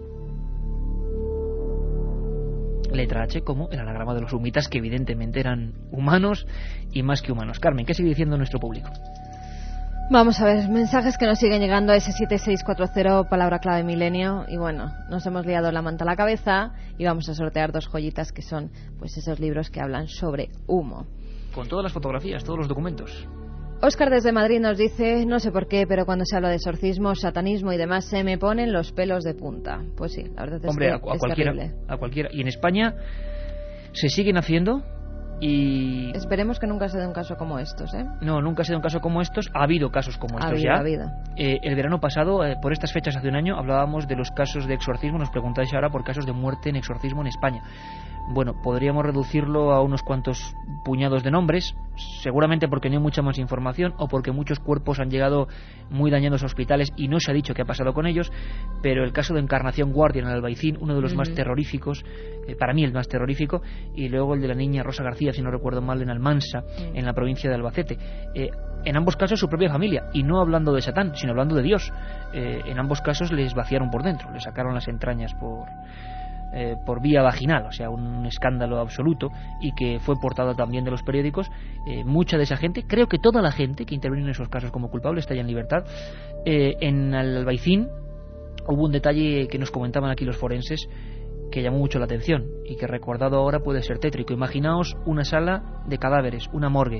Letra H como el anagrama de los humitas, que evidentemente eran humanos y más que humanos. Carmen, ¿qué sigue diciendo nuestro público? Vamos a ver, mensajes que nos siguen llegando a ese siete seis cuatro cero, palabra clave milenio. Y bueno, nos hemos liado la manta a la cabeza y vamos a sortear dos joyitas que son pues esos libros que hablan sobre humo. Con todas las fotografías, todos los documentos. Óscar desde Madrid nos dice: no sé por qué, pero cuando se habla de exorcismo, satanismo y demás se me ponen los pelos de punta. Pues sí, la verdad es Hombre, que a, a es cualquiera, terrible. a cualquiera. Y en España se siguen haciendo y... Esperemos que nunca se dé un caso como estos, ¿eh? No, nunca ha sido un caso como estos. Ha habido casos como estos ha habido, ya. Ha habido. Eh, el verano pasado, eh, por estas fechas hace un año, hablábamos de los casos de exorcismo. Nos preguntáis ahora por casos de muerte en exorcismo en España. Bueno, podríamos reducirlo a unos cuantos puñados de nombres, seguramente porque no hay mucha más información o porque muchos cuerpos han llegado muy dañados a hospitales y no se ha dicho qué ha pasado con ellos, pero el caso de Encarnación Guardia en el Albaicín, uno de los uh-huh. más terroríficos, eh, para mí el más terrorífico, y luego el de la niña Rosa García, si no recuerdo mal, en Almansa, uh-huh. en la provincia de Albacete. Eh, en ambos casos su propia familia, y no hablando de Satán, sino hablando de Dios. Eh, en ambos casos les vaciaron por dentro, les sacaron las entrañas por... Eh, por vía vaginal, o sea, un escándalo absoluto y que fue portada también de los periódicos. Eh, mucha de esa gente, creo que toda la gente que intervino en esos casos como culpable está ya en libertad. Eh, en el Albaicín hubo un detalle que nos comentaban aquí los forenses que llamó mucho la atención y que recordado ahora puede ser tétrico. Imaginaos una sala de cadáveres, una morgue.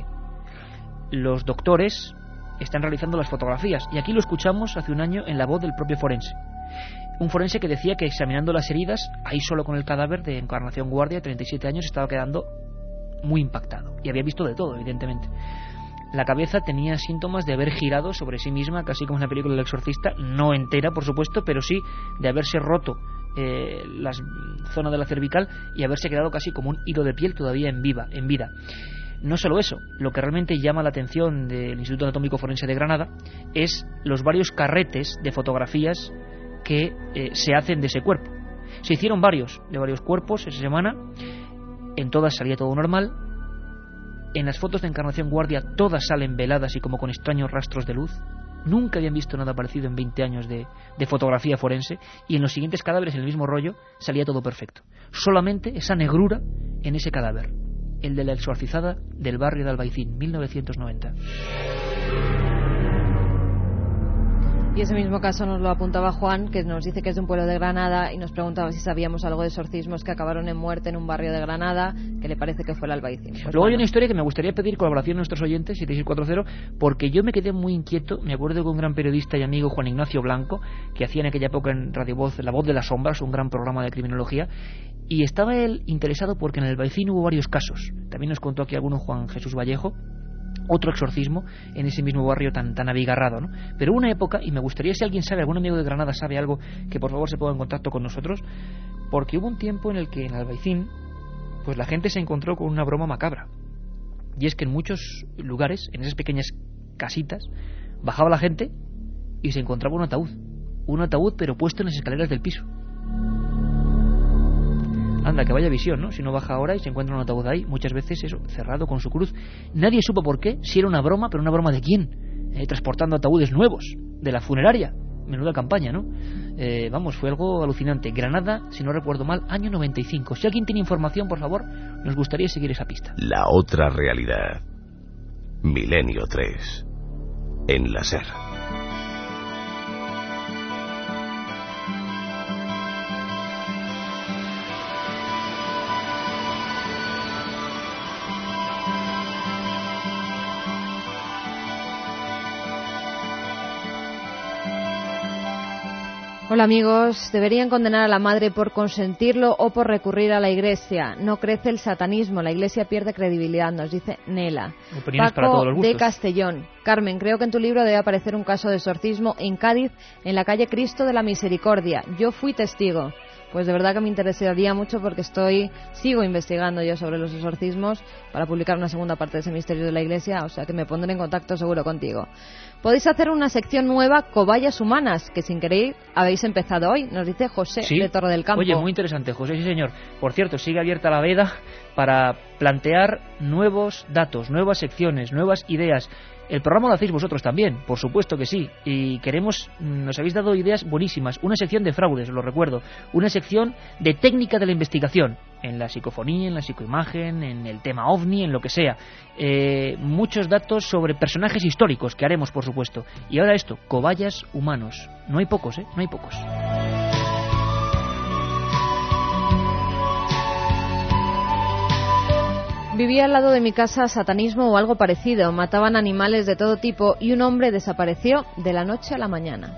Los doctores están realizando las fotografías y aquí lo escuchamos hace un año en la voz del propio forense. Un forense que decía que examinando las heridas, ahí solo con el cadáver de Encarnación Guardia, treinta y siete años, estaba quedando muy impactado. Y había visto de todo, evidentemente. La cabeza tenía síntomas de haber girado sobre sí misma, casi como en la película del exorcista, no entera, por supuesto, pero sí de haberse roto eh, la zona de la cervical y haberse quedado casi como un hilo de piel todavía en, viva, en vida. No solo eso, lo que realmente llama la atención del Instituto Anatómico Forense de Granada es los varios carretes de fotografías que eh, se hacen de ese cuerpo. Se hicieron varios, de varios cuerpos esa semana, en todas salía todo normal. En las fotos de Encarnación Guardia todas salen veladas y como con extraños rastros de luz. Nunca habían visto nada parecido en veinte años de, de fotografía forense, y en los siguientes cadáveres, en el mismo rollo, salía todo perfecto. Solamente esa negrura en ese cadáver, el de la exorcizada del barrio de Albaicín, mil novecientos noventa. Y ese mismo caso nos lo apuntaba Juan, que nos dice que es de un pueblo de Granada y nos preguntaba si sabíamos algo de exorcismos que acabaron en muerte en un barrio de Granada, que le parece que fue el Albaicín. Pues Luego bueno. Hay una historia que me gustaría pedir colaboración a nuestros oyentes, siete seis cuatro cero, porque yo me quedé muy inquieto. Me acuerdo que un gran periodista y amigo, Juan Ignacio Blanco, que hacía en aquella época en Radio Voz La Voz de las Sombras, un gran programa de criminología, y estaba él interesado porque en el Albaicín hubo varios casos. También nos contó aquí alguno Juan Jesús Vallejo, otro exorcismo en ese mismo barrio tan tan abigarrado, ¿no? Pero una época, y me gustaría, si alguien sabe, algún amigo de Granada sabe algo, que por favor se ponga en contacto con nosotros, porque hubo un tiempo en el que en Albaicín pues la gente se encontró con una broma macabra. Y es que en muchos lugares, en esas pequeñas casitas, bajaba la gente y se encontraba un ataúd. Un ataúd pero puesto en las escaleras del piso. Anda, que vaya visión, ¿no? Si no baja ahora y se encuentra un ataúd ahí, muchas veces eso, cerrado con su cruz. Nadie supo por qué, si era una broma, pero una broma de quién. Eh, transportando ataúdes nuevos, de la funeraria. Menuda campaña, ¿no? Eh, vamos, fue algo alucinante. Granada, si no recuerdo mal, año noventa y cinco. Si alguien tiene información, por favor, nos gustaría seguir esa pista. La otra realidad. Milenio tres. En la SER. Hola amigos, ¿deberían condenar a la madre por consentirlo o por recurrir a la Iglesia? No crece el satanismo, la Iglesia pierde credibilidad, nos dice Nela. Opiniones Paco para todos los gustos. de Castellón. Carmen, creo que en tu libro debe aparecer un caso de exorcismo en Cádiz, en la calle Cristo de la Misericordia. Yo fui testigo. Pues de verdad que me interesaría mucho porque estoy sigo investigando yo sobre los exorcismos para publicar una segunda parte de ese misterio de la Iglesia, o sea que me pondré en contacto seguro contigo. Podéis hacer una sección nueva, Cobayas Humanas, que sin querer habéis empezado hoy, nos dice José ¿Sí? de Torre del Campo. Oye, muy interesante, José, sí señor. Por cierto, sigue abierta la veda para plantear nuevos datos, nuevas secciones, nuevas ideas. El programa lo hacéis vosotros también, por supuesto que sí. Y queremos, nos habéis dado ideas buenísimas. Una sección de fraudes, lo recuerdo. Una sección de técnica de la investigación. En la psicofonía, en la psicoimagen, en el tema ovni, en lo que sea. Eh, muchos datos sobre personajes históricos que haremos, por supuesto. Y ahora esto, cobayas humanos. No hay pocos, ¿eh? No hay pocos. Vivía al lado de mi casa satanismo o algo parecido. Mataban animales de todo tipo y un hombre desapareció de la noche a la mañana.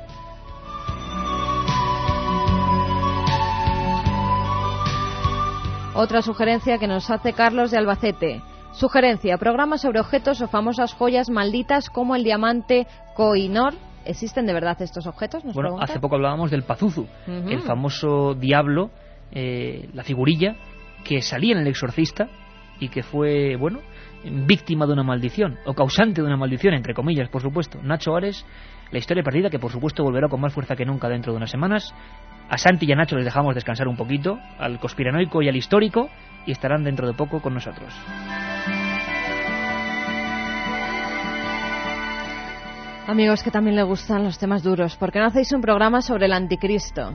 Otra sugerencia que nos hace Carlos de Albacete. Sugerencia, programas sobre objetos o famosas joyas malditas como el diamante Koh-i-Noor. ¿Existen de verdad estos objetos? Nos bueno, pregunta. Hace poco hablábamos del Pazuzu, Uh-huh. el famoso diablo, eh, la figurilla que salía en El Exorcista y que fue, bueno, víctima de una maldición, o causante de una maldición, entre comillas, por supuesto. Nacho Ares, la historia perdida, que por supuesto volverá con más fuerza que nunca dentro de unas semanas. A Santi y a Nacho les dejamos descansar un poquito, al conspiranoico y al histórico, y estarán dentro de poco con nosotros. Amigos que también les gustan los temas duros, ¿por qué no hacéis un programa sobre el anticristo?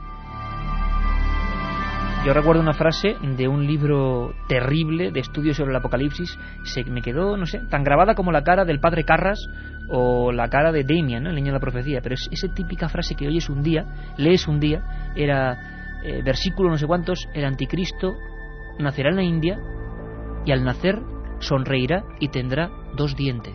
Yo recuerdo una frase de un libro terrible de estudios sobre el apocalipsis. Se me quedó, no sé, tan grabada como la cara del padre Carras o la cara de Damien, ¿no? El niño de la profecía. Pero es esa típica frase que oyes un día, lees un día, era eh, versículo no sé cuántos, el anticristo nacerá en la India y al nacer sonreirá y tendrá dos dientes.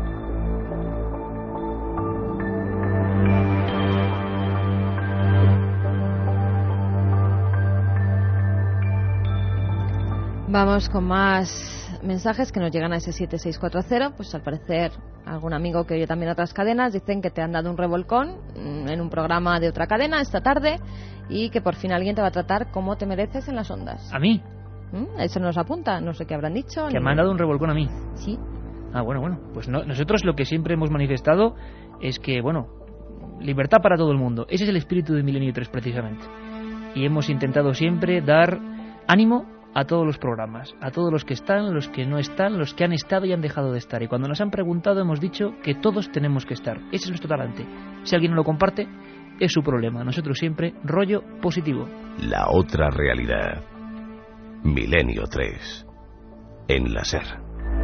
Vamos con más mensajes que nos llegan a ese siete seis cuatro cero. Pues al parecer algún amigo que oye también otras cadenas dicen que te han dado un revolcón en un programa de otra cadena esta tarde y que por fin alguien te va a tratar como te mereces en las ondas. ¿A mí? ¿Mm? Eso nos apunta, no sé qué habrán dicho. ¿Que ni... me han dado un revolcón a mí? Sí. Ah, bueno, bueno. Pues no, nosotros lo que siempre hemos manifestado es que, bueno, libertad para todo el mundo. Ese es el espíritu de Milenio tres precisamente. Y hemos intentado siempre dar ánimo a todos los programas, a todos los que están, los que no están, los que han estado y han dejado de estar. Y cuando nos han preguntado hemos dicho que todos tenemos que estar. Ese es nuestro talante. Si alguien no lo comparte, es su problema. Nosotros siempre rollo positivo. La otra realidad. Milenio tres. En la SER.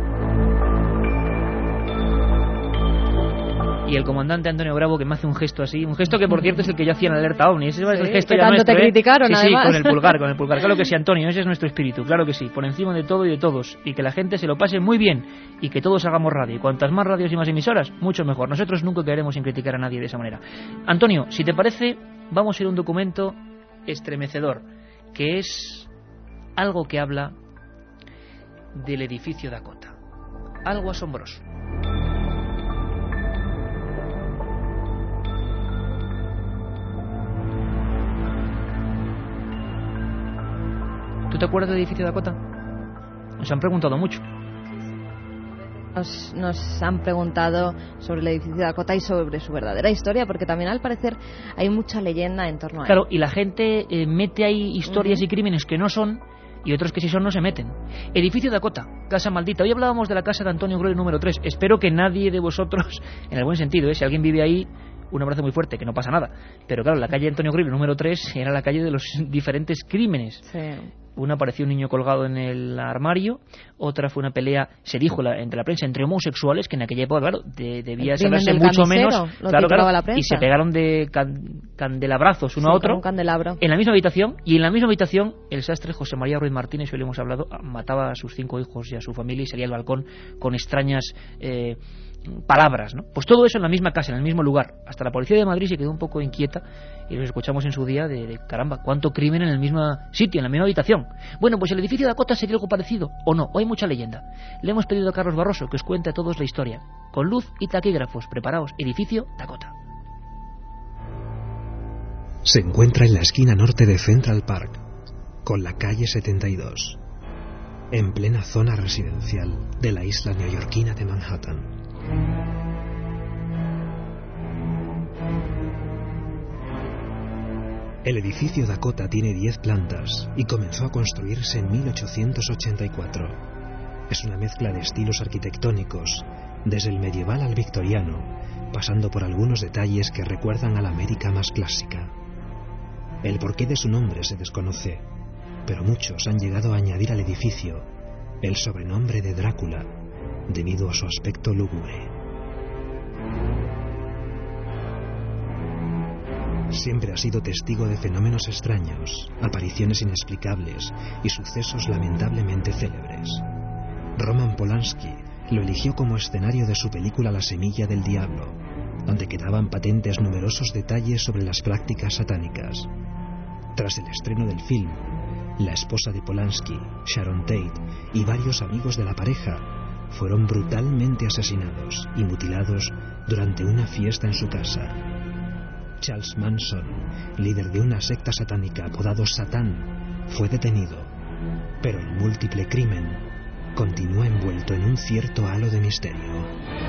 Y el comandante Antonio Bravo, que me hace un gesto así, un gesto que por cierto es el que yo hacía en Alerta OVNI. Ese es el Sí, gesto que ya tanto nuestro, te ¿eh? criticaron, sí, además. Sí, con el pulgar, con el pulgar. Claro que sí, Antonio, ese es nuestro espíritu, claro que sí. Por encima de todo y de todos. Y que la gente se lo pase muy bien. Y que todos hagamos radio. Y cuantas más radios y más emisoras, mucho mejor. Nosotros nunca queremos sin criticar a nadie de esa manera. Antonio, si te parece, vamos a ir a un documento estremecedor, que es algo que habla del edificio Dakota. Algo asombroso. ¿Tú te acuerdas del edificio Dakota? Nos han preguntado mucho. Nos, nos han preguntado sobre el edificio Dakota y sobre su verdadera historia, porque también al parecer hay mucha leyenda en torno a él. Claro, y la gente eh, mete ahí historias uh-huh. y crímenes que no son, y otros que sí son no se meten. Edificio Dakota, casa maldita. Hoy hablábamos de la casa de Antonio Groll número tres. Espero que nadie de vosotros, en el buen sentido, ¿eh? Si alguien vive ahí, un abrazo muy fuerte, que no pasa nada. Pero claro, la calle Antonio Groll número tres era la calle de los diferentes crímenes. Sí. Una apareció un niño colgado en el armario, otra fue una pelea, se dijo la, entre la prensa, entre homosexuales, que en aquella época, claro, de, debía saberse mucho menos, claro, claro, la prensa. Y se pegaron de can, candelabrazos uno sí, a otro, un candelabro. En la misma habitación, y en la misma habitación, el sastre José María Ruiz Martínez, hoy le hemos hablado, mataba a sus cinco hijos y a su familia y salía al balcón con extrañas eh, palabras, ¿no? Pues todo eso en la misma casa, en el mismo lugar. Hasta la policía de Madrid se quedó un poco inquieta y lo escuchamos en su día de, de caramba, cuánto crimen en el mismo sitio, en la misma habitación. Bueno, pues el edificio Dakota sería algo parecido, o no, o hay mucha leyenda. Le hemos pedido a Carlos Barroso que os cuente a todos la historia. Con luz y taquígrafos, preparaos, edificio Dakota. Se encuentra en la esquina norte de Central Park, con la calle setenta y dos, en plena zona residencial de la isla neoyorquina de Manhattan. El edificio Dakota tiene diez plantas y comenzó a construirse en mil ochocientos ochenta y cuatro. Es una mezcla de estilos arquitectónicos, desde el medieval al victoriano, pasando por algunos detalles que recuerdan a la América más clásica. El porqué de su nombre se desconoce, pero muchos han llegado a añadir al edificio el sobrenombre de Drácula, debido a su aspecto lúgubre. Siempre ha sido testigo de fenómenos extraños, apariciones inexplicables y sucesos lamentablemente célebres. Roman Polanski lo eligió como escenario de su película La semilla del diablo, donde quedaban patentes numerosos detalles sobre las prácticas satánicas. Tras el estreno del film, la esposa de Polanski, Sharon Tate, y varios amigos de la pareja fueron brutalmente asesinados y mutilados durante una fiesta en su casa. Charles Manson, líder de una secta satánica apodado Satán, fue detenido, pero el múltiple crimen continúa envuelto en un cierto halo de misterio.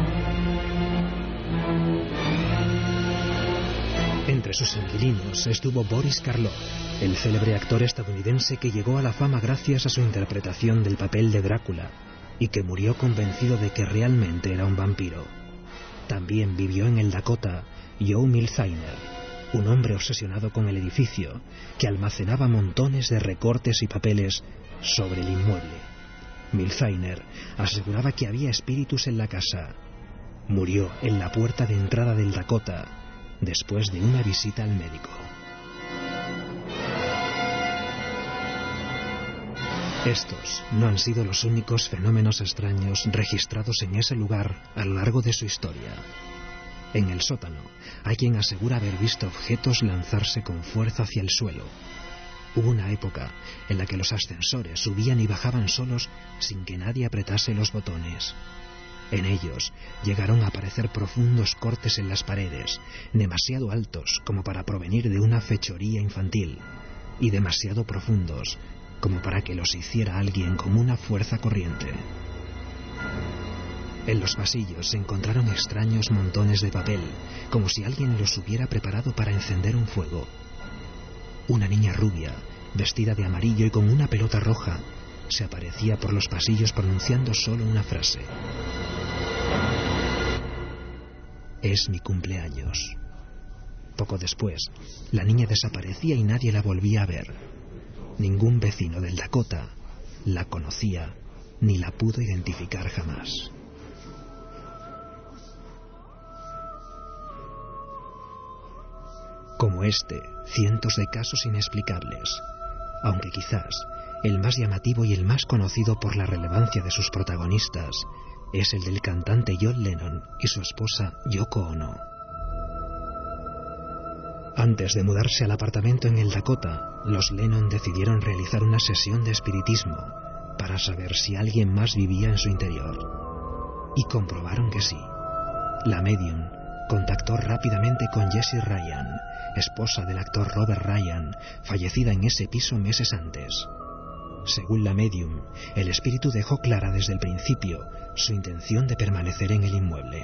Entre sus inquilinos estuvo Boris Karloff, el célebre actor estadounidense que llegó a la fama gracias a su interpretación del papel de Drácula y que murió convencido de que realmente era un vampiro. También vivió en el Dakota Joe Milziner, un hombre obsesionado con el edificio que almacenaba montones de recortes y papeles sobre el inmueble. Milziner aseguraba que había espíritus en la casa. Murió en la puerta de entrada del Dakota después de una visita al médico. Estos no han sido los únicos fenómenos extraños registrados en ese lugar a lo largo de su historia. En el sótano hay quien asegura haber visto objetos lanzarse con fuerza hacia el suelo. Hubo una época en la que los ascensores subían y bajaban solos sin que nadie apretase los botones. En ellos llegaron a aparecer profundos cortes en las paredes, demasiado altos como para provenir de una fechoría infantil, y demasiado profundos como para que los hiciera alguien con una fuerza corriente. En los pasillos se encontraron extraños montones de papel, como si alguien los hubiera preparado para encender un fuego. Una niña rubia, vestida de amarillo y con una pelota roja, se aparecía por los pasillos pronunciando solo una frase: «Es mi cumpleaños». Poco después, la niña desaparecía y nadie la volvía a ver. Ningún vecino del Dakota la conocía ni la pudo identificar jamás. Como este, cientos de casos inexplicables, aunque quizás el más llamativo y el más conocido por la relevancia de sus protagonistas es el del cantante John Lennon y su esposa Yoko Ono. Antes de mudarse al apartamento en el Dakota, los Lennon decidieron realizar una sesión de espiritismo para saber si alguien más vivía en su interior. Y comprobaron que sí. La medium contactó rápidamente con Jessie Ryan, esposa del actor Robert Ryan, fallecida en ese piso meses antes. Según la medium, el espíritu dejó clara desde el principio su intención de permanecer en el inmueble.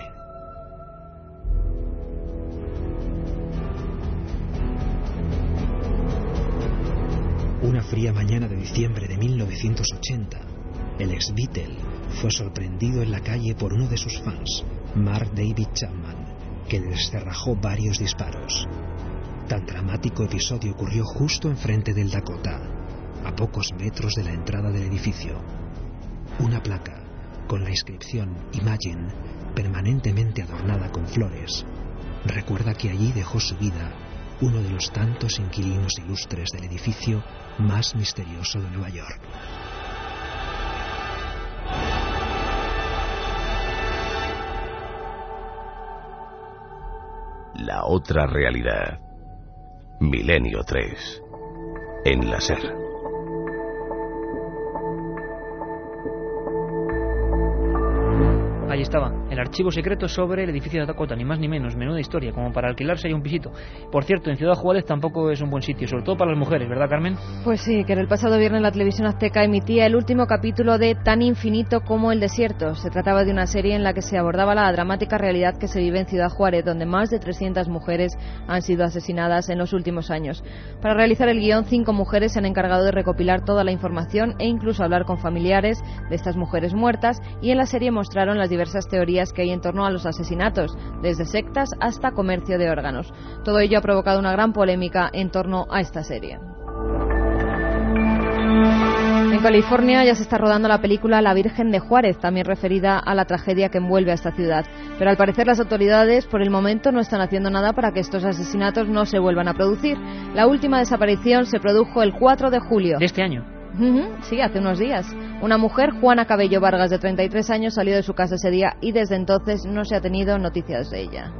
Una fría mañana de diciembre de mil novecientos ochenta, el ex Beatle fue sorprendido en la calle por uno de sus fans, Mark David Chapman, que le descerrajó varios disparos. Tan dramático episodio ocurrió justo enfrente del Dakota, a pocos metros de la entrada del edificio. Una placa con la inscripción Imagine, permanentemente adornada con flores, recuerda que allí dejó su vida uno de los tantos inquilinos ilustres del edificio más misterioso de Nueva York. La otra realidad. Milenio tres. En la SER. Ahí estaba, el archivo secreto sobre el edificio de Dakota, ni más ni menos, menuda historia, como para alquilarse ahí un pisito. Por cierto, en Ciudad Juárez tampoco es un buen sitio, sobre todo para las mujeres, ¿verdad, Carmen? Pues sí, que en el pasado viernes la televisión azteca emitía el último capítulo de Tan infinito como el desierto. Se trataba de una serie en la que se abordaba la dramática realidad que se vive en Ciudad Juárez, donde más de trescientas mujeres han sido asesinadas en los últimos años. Para realizar el guión, cinco mujeres se han encargado de recopilar toda la información e incluso hablar con familiares de estas mujeres muertas, y en la serie mostraron las diversas teorías que hay en torno a los asesinatos, desde sectas hasta comercio de órganos. Todo ello ha provocado una gran polémica en torno a esta serie. En California ya se está rodando la película La Virgen de Juárez, también referida a la tragedia que envuelve a esta ciudad. Pero al parecer las autoridades por el momento no están haciendo nada para que estos asesinatos no se vuelvan a producir. La última desaparición se produjo el cuatro de julio. ¿De este año? Uh-huh, sí, hace unos días. Una mujer, Juana Cabello Vargas, de treinta y tres años, salió de su casa ese día y desde entonces no se ha tenido noticias de ella.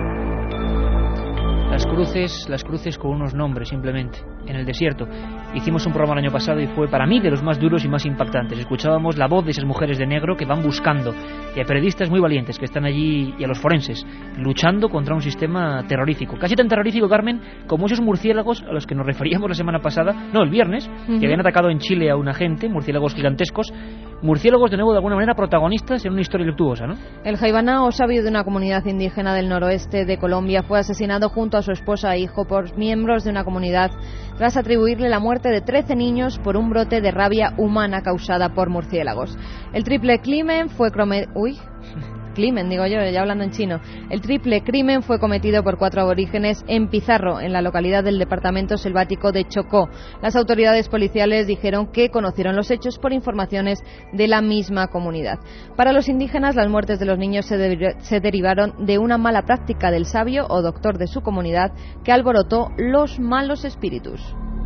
Las cruces, las cruces con unos nombres, simplemente, en el desierto. Hicimos un programa el año pasado y fue para mí de los más duros y más impactantes. Escuchábamos la voz de esas mujeres de negro que van buscando, y a periodistas muy valientes que están allí, y a los forenses, luchando contra un sistema terrorífico. Casi tan terrorífico, Carmen, como esos murciélagos a los que nos referíamos la semana pasada, no, el viernes, uh-huh. que habían atacado en Chile a una gente, murciélagos gigantescos, murciélagos de nuevo de alguna manera protagonistas en una historia luctuosa, ¿no? El Jaivana, o sabio de una comunidad indígena del noroeste de Colombia, fue asesinado junto a su esposa e hijo por miembros de una comunidad tras atribuirle la muerte de trece niños por un brote de rabia humana causada por murciélagos. El triple crimen fue crome... Uy... Crimen, digo yo, ya hablando en chino. El triple crimen fue cometido por cuatro aborígenes en Pizarro, en la localidad del departamento selvático de Chocó. Las autoridades policiales dijeron que conocieron los hechos por informaciones de la misma comunidad. Para los indígenas, las muertes de los niños se, de- se derivaron de una mala práctica del sabio o doctor de su comunidad que alborotó los malos espíritus.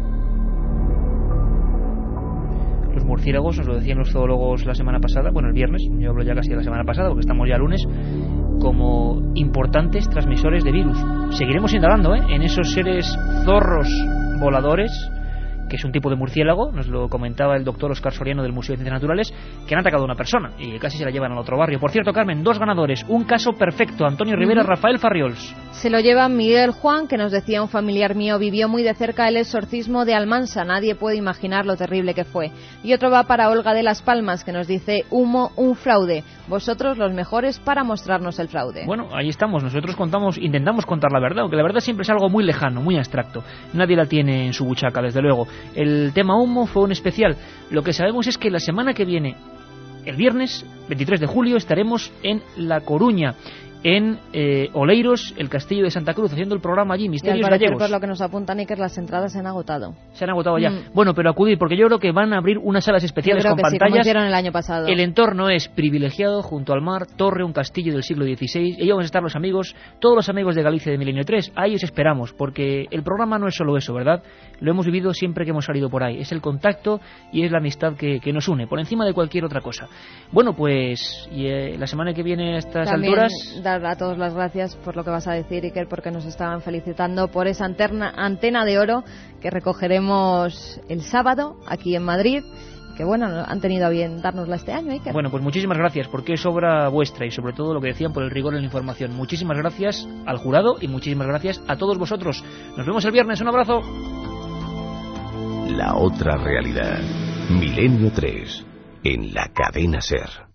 Los murciélagos, nos lo decían los zoólogos la semana pasada, bueno, el viernes, yo hablo ya casi de la semana pasada porque estamos ya lunes, como importantes transmisores de virus. Seguiremos indagando ¿eh? en esos seres zorros voladores, que es un tipo de murciélago, nos lo comentaba el doctor Oscar Soriano del Museo de Ciencias Naturales, que han atacado a una persona y casi se la llevan al otro barrio. Por cierto, Carmen, dos ganadores, un caso perfecto, Antonio Rivera, uh-huh. Rafael Farriols. Se lo lleva Miguel Juan, que nos decía un familiar mío, vivió muy de cerca el exorcismo de Almansa, nadie puede imaginar lo terrible que fue. Y otro va para Olga de Las Palmas, que nos dice, humo, un fraude, vosotros los mejores para mostrarnos el fraude. Bueno, ahí estamos, nosotros contamos, intentamos contar la verdad, aunque la verdad siempre es algo muy lejano, muy abstracto, nadie la tiene en su buchaca, desde luego. El tema humo fue un especial. Lo que sabemos es que la semana que viene, el viernes veintitrés de julio, estaremos en La Coruña, en eh, Oleiros, el Castillo de Santa Cruz, haciendo el programa allí, Misterios Gallegos. Por lo que nos apuntan, Iker, las entradas se han agotado. Se han agotado ya. Mm. Bueno, pero acudir, porque yo creo que van a abrir unas salas especiales con sí, pantallas. como hicieron el año pasado. El entorno es privilegiado, junto al mar, torre, un castillo del siglo dieciséis. Y ahí vamos a estar los amigos, todos los amigos de Galicia de Milenio tres. Ahí os esperamos, porque el programa no es solo eso, ¿verdad? Lo hemos vivido siempre que hemos salido por ahí. Es el contacto y es la amistad que, que nos une, por encima de cualquier otra cosa. Bueno, pues y, eh, la semana que viene a estas También alturas... dar a todos las gracias por lo que vas a decir, Iker, porque nos estaban felicitando por esa antena, antena de oro que recogeremos el sábado aquí en Madrid. Que bueno, han tenido a bien dárnosla este año, Iker. Bueno, pues muchísimas gracias, porque es obra vuestra y sobre todo lo que decían por el rigor en la información. Muchísimas gracias al jurado y muchísimas gracias a todos vosotros. Nos vemos el viernes, un abrazo. La otra realidad. Milenio tres, en la cadena SER.